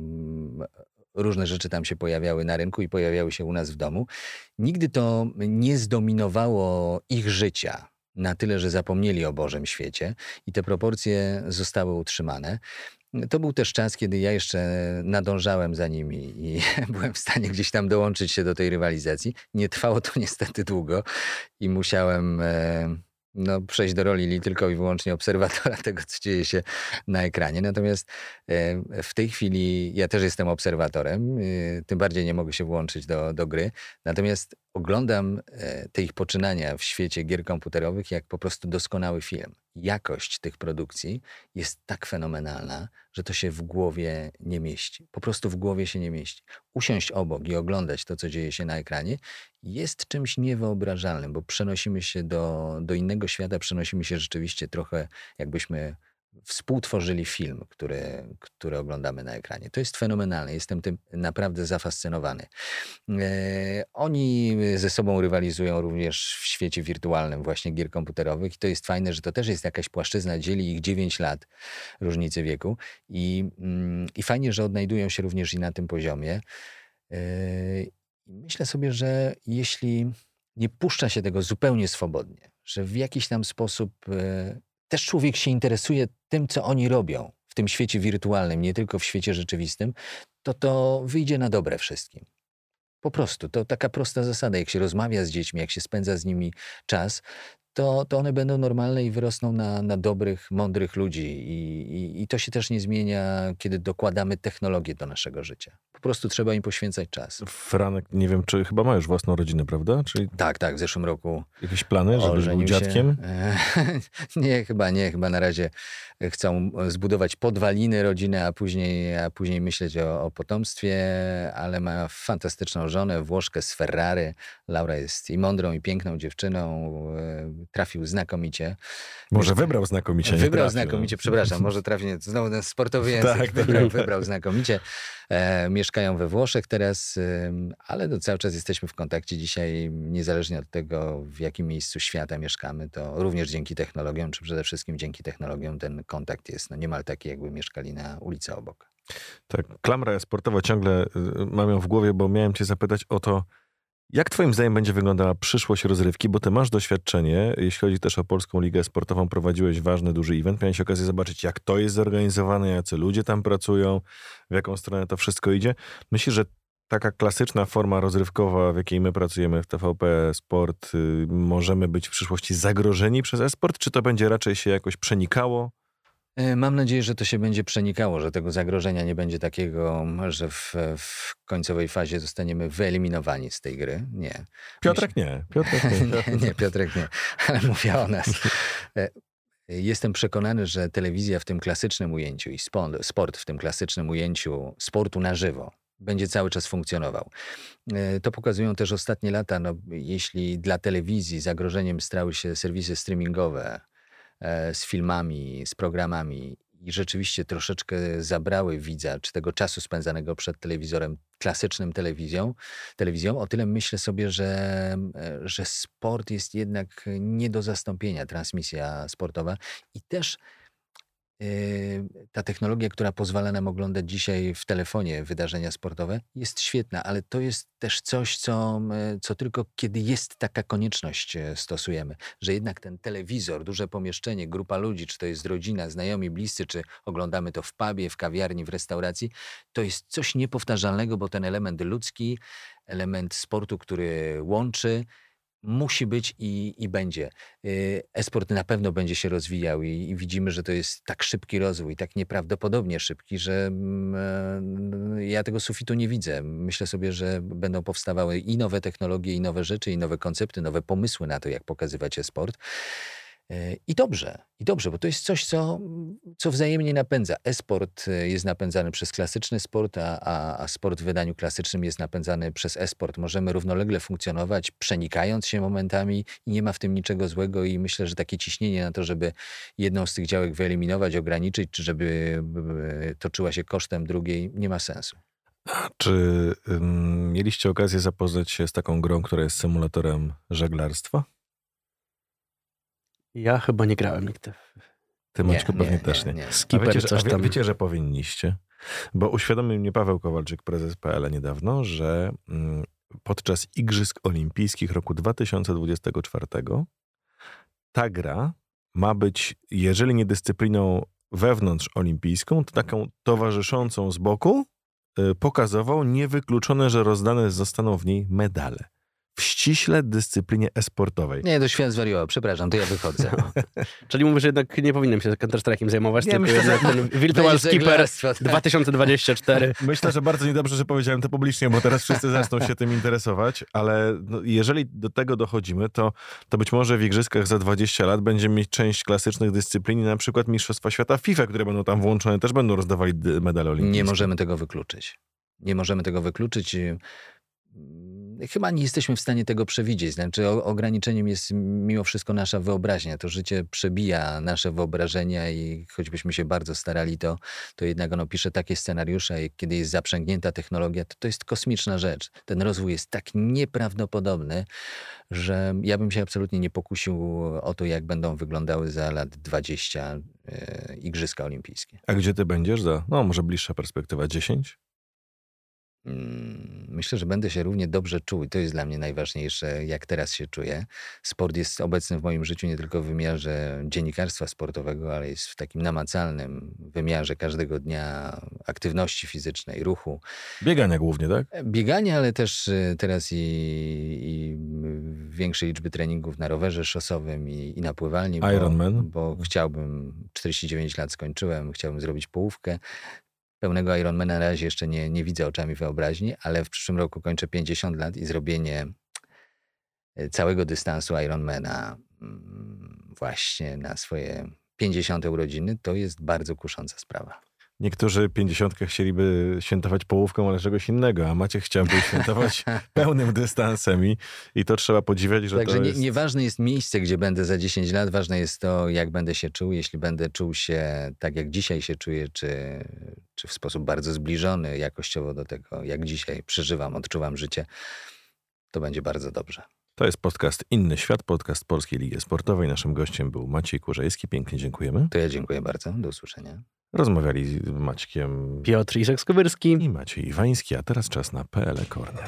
Różne rzeczy tam się pojawiały na rynku i pojawiały się u nas w domu. Nigdy to nie zdominowało ich życia na tyle, że zapomnieli o Bożym świecie i te proporcje zostały utrzymane. To był też czas, kiedy ja jeszcze nadążałem za nimi i byłem w stanie gdzieś tam dołączyć się do tej rywalizacji. Nie trwało to niestety długo i musiałem e, no, przejść do roli tylko i wyłącznie obserwatora tego, co dzieje się na ekranie. Natomiast e, w tej chwili ja też jestem obserwatorem, e, tym bardziej nie mogę się włączyć do, do gry. Natomiast oglądam e, te ich poczynania w świecie gier komputerowych jak po prostu doskonały film. Jakość tych produkcji jest tak fenomenalna, że to się w głowie nie mieści. Po prostu w głowie się nie mieści. Usiąść obok i oglądać to, co dzieje się na ekranie, jest czymś niewyobrażalnym, bo przenosimy się do, do innego świata, przenosimy się rzeczywiście trochę, jakbyśmy współtworzyli film, który, który oglądamy na ekranie. To jest fenomenalne. Jestem tym naprawdę zafascynowany. E, oni ze sobą rywalizują również w świecie wirtualnym właśnie gier komputerowych i to jest fajne, że to też jest jakaś płaszczyzna, dzieli ich dziewięć lat różnicy wieku i, mm, i fajnie, że odnajdują się również i na tym poziomie. E, myślę sobie, że jeśli nie puszcza się tego zupełnie swobodnie, że w jakiś tam sposób e, też człowiek się interesuje tym, co oni robią w tym świecie wirtualnym, nie tylko w świecie rzeczywistym, to to wyjdzie na dobre wszystkim. Po prostu, to taka prosta zasada. Jak się rozmawia z dziećmi, jak się spędza z nimi czas, to, to one będą normalne i wyrosną na, na dobrych, mądrych ludzi. I, i, I to się też nie zmienia, kiedy dokładamy technologię do naszego życia. Po prostu trzeba im poświęcać czas. Franek, nie wiem, czy chyba ma już własną rodzinę, prawda? Czyli Tak, tak, w zeszłym roku jakieś plany, żeby był ożenił się. dziadkiem? E, Nie, chyba nie. Chyba na razie chcą zbudować podwaliny rodziny, a później, a później myśleć o, o potomstwie, ale ma fantastyczną żonę, Włoszkę z Ferrary. Laura jest i mądrą, i piękną dziewczyną. E, Trafił znakomicie. Może wybrał znakomicie. nie Wybrał trafił. znakomicie, przepraszam, może trafię, znowu ten sportowy język. Tak, wybrał, tak. wybrał znakomicie. E, mieszkają we Włoszech teraz, ym, ale no, cały czas jesteśmy w kontakcie dzisiaj, niezależnie od tego, w jakim miejscu świata mieszkamy, to również dzięki technologiom, czy przede wszystkim dzięki technologiom ten kontakt jest no, niemal taki, jakby mieszkali na ulicy obok. Tak, klamra sportowa ciągle y, mam ją w głowie, bo miałem cię zapytać o to, jak twoim zdaniem będzie wyglądała przyszłość rozrywki, bo ty masz doświadczenie, jeśli chodzi też o Polską Ligę Sportową, prowadziłeś ważny, duży event, miałeś okazję zobaczyć, jak to jest zorganizowane, jacy ludzie tam pracują, w jaką stronę to wszystko idzie. Myślisz, że taka klasyczna forma rozrywkowa, w jakiej my pracujemy w T V P Sport, y, możemy być w przyszłości zagrożeni przez e-sport, czy to będzie raczej się jakoś przenikało? E, Mam nadzieję, że to się będzie przenikało, że tego zagrożenia nie będzie takiego, że w, w końcowej fazie zostaniemy wyeliminowani z tej gry. Nie. Piotrek nie. Piotrek nie. nie, nie, Piotrek nie, ale mówię o nas. E, Jestem przekonany, że telewizja w tym klasycznym ujęciu i sport, sport w tym klasycznym ujęciu sportu na żywo będzie cały czas funkcjonował. E, To pokazują też ostatnie lata. No, jeśli dla telewizji zagrożeniem stały się serwisy streamingowe, e, z filmami, z programami i rzeczywiście troszeczkę zabrały widza, czy tego czasu spędzanego przed telewizorem, klasycznym telewizją, telewizją, o tyle myślę sobie, że, e, że sport jest jednak nie do zastąpienia, transmisja sportowa i też Yy, ta technologia, która pozwala nam oglądać dzisiaj w telefonie wydarzenia sportowe, jest świetna, ale to jest też coś, co, e, co tylko kiedy jest taka konieczność e, stosujemy. Że jednak ten telewizor, duże pomieszczenie, grupa ludzi, czy to jest rodzina, znajomi, bliscy, czy oglądamy to w pubie, w kawiarni, w restauracji, to jest coś niepowtarzalnego, bo ten element ludzki, element sportu, który łączy, musi być i, i będzie. Y, E-sport na pewno będzie się rozwijał i, i widzimy, że to jest tak szybki rozwój, tak nieprawdopodobnie szybki, że mm, e, ja tego sufitu nie widzę. Myślę sobie, że będą powstawały i nowe technologie, i nowe rzeczy, i nowe koncepty, nowe pomysły na to, jak pokazywać e-sport. E, I dobrze, i dobrze, bo to jest coś, co, co wzajemnie napędza. E-sport e, jest napędzany przez klasyczny sport, a, a, a sport w wydaniu klasycznym jest napędzany przez e-sport. Możemy równolegle funkcjonować, przenikając się momentami i nie ma w tym niczego złego i myślę, że takie ciśnienie na to, żeby jedną z tych działek wyeliminować, ograniczyć, czy żeby e, toczyła się kosztem drugiej, nie ma sensu. Czy ym, mieliście okazję zapoznać się z taką grą, która jest symulatorem żeglarstwa? Ja chyba nie grałem nigdy. Ty, Nie, Maćku, pewnie nie, też nie, nie. nie. A Skipper wiecie, że, a coś wie, tam. wiecie, że powinniście? Bo uświadomił mnie Paweł Kowalczyk, prezes P L niedawno, że mm, podczas Igrzysk Olimpijskich roku dwa tysiące dwudziestego czwartego ta gra ma być, jeżeli nie dyscypliną wewnątrz olimpijską, to taką towarzyszącą z boku, yy, pokazował niewykluczone, że rozdane zostaną w niej medale. W ściśle dyscyplinie e-sportowej. Nie, to świat zwariował. Przepraszam, to ja wychodzę. Czyli mówisz, że jednak nie powinienem się Counter-Strike'iem zajmować, Nie, tylko myślę, że- jednak ten Virtual Będzie Skipper żeglarstwo, tak. dwa tysiące dwudziesty czwarty. Myślę, że bardzo niedobrze, że powiedziałem to publicznie, bo teraz wszyscy zaczną się tym interesować, ale no, jeżeli do tego dochodzimy, to, to być może w igrzyskach za dwadzieścia lat będziemy mieć część klasycznych dyscyplin, na przykład Mistrzostwa Świata FIFA, które będą tam włączone, też będą rozdawali dy- medale olimpijskie. Nie możemy tego wykluczyć. Nie możemy tego wykluczyć. Chyba nie jesteśmy w stanie tego przewidzieć. Znaczy o, ograniczeniem jest mimo wszystko nasza wyobraźnia. To życie przebija nasze wyobrażenia i choćbyśmy się bardzo starali, to, to jednak ono pisze takie scenariusze i kiedy jest zaprzęgnięta technologia, to to jest kosmiczna rzecz. Ten rozwój jest tak nieprawdopodobny, że ja bym się absolutnie nie pokusił o to, jak będą wyglądały za lat dwadzieścia e, Igrzyska Olimpijskie. A gdzie ty będziesz za, no może bliższa perspektywa, dziesięć? Mm, Myślę, że będę się równie dobrze czuł i to jest dla mnie najważniejsze, jak teraz się czuję. Sport jest obecny w moim życiu nie tylko w wymiarze dziennikarstwa sportowego, ale jest w takim namacalnym wymiarze każdego dnia aktywności fizycznej, ruchu. Biegania głównie, tak? Biegania, ale też y, teraz i, i większej liczby treningów na rowerze szosowym i, i na pływalni. bo- Ironman. Bo chciałbym, czterdzieści dziewięć lat skończyłem, chciałbym zrobić połówkę. Pełnego Ironmana na razie jeszcze nie, nie widzę oczami wyobraźni, ale w przyszłym roku kończę pięćdziesiąt lat i zrobienie e, całego dystansu Ironmana mm, właśnie na swoje pięćdziesiąte urodziny to jest bardzo kusząca sprawa. Niektórzy pięćdziesiątkę chcieliby świętować połówką, ale czegoś innego, a Maciek chciałby świętować pełnym dystansem i, i to trzeba podziwiać, że Także to nie, jest... nieważne jest miejsce, gdzie będę za dziesięć lat, ważne jest to, jak będę się czuł. Jeśli będę czuł się tak, jak dzisiaj się czuję, czy, czy w sposób bardzo zbliżony jakościowo do tego, jak dzisiaj przeżywam, odczuwam życie, to będzie bardzo dobrze. To jest podcast Inny Świat, podcast Polskiej Ligi Sportowej. Naszym gościem był Maciej Kurzejski. Pięknie dziękujemy. To ja dziękuję bardzo. Do usłyszenia. Rozmawiali z Maćkiem Piotr Iszek-Skowyrski. i Maciej Iwański, a teraz czas na P L Corner.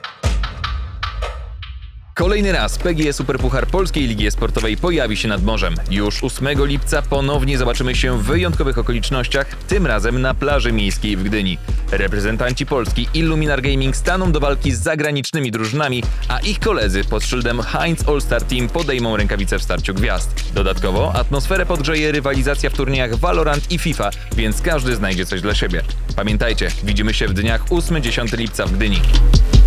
Kolejny raz P G E Superpuchar Polskiej Ligi Sportowej pojawi się nad morzem. Już ósmego lipca ponownie zobaczymy się w wyjątkowych okolicznościach, tym razem na plaży miejskiej w Gdyni. Reprezentanci Polski Illuminar Gaming staną do walki z zagranicznymi drużynami, a ich koledzy pod szyldem Heinz All-Star Team podejmą rękawice w starciu gwiazd. Dodatkowo atmosferę podgrzeje rywalizacja w turniejach Valorant i FIFA, więc każdy znajdzie coś dla siebie. Pamiętajcie, widzimy się w dniach ósmego do dziesiątego lipca w Gdyni.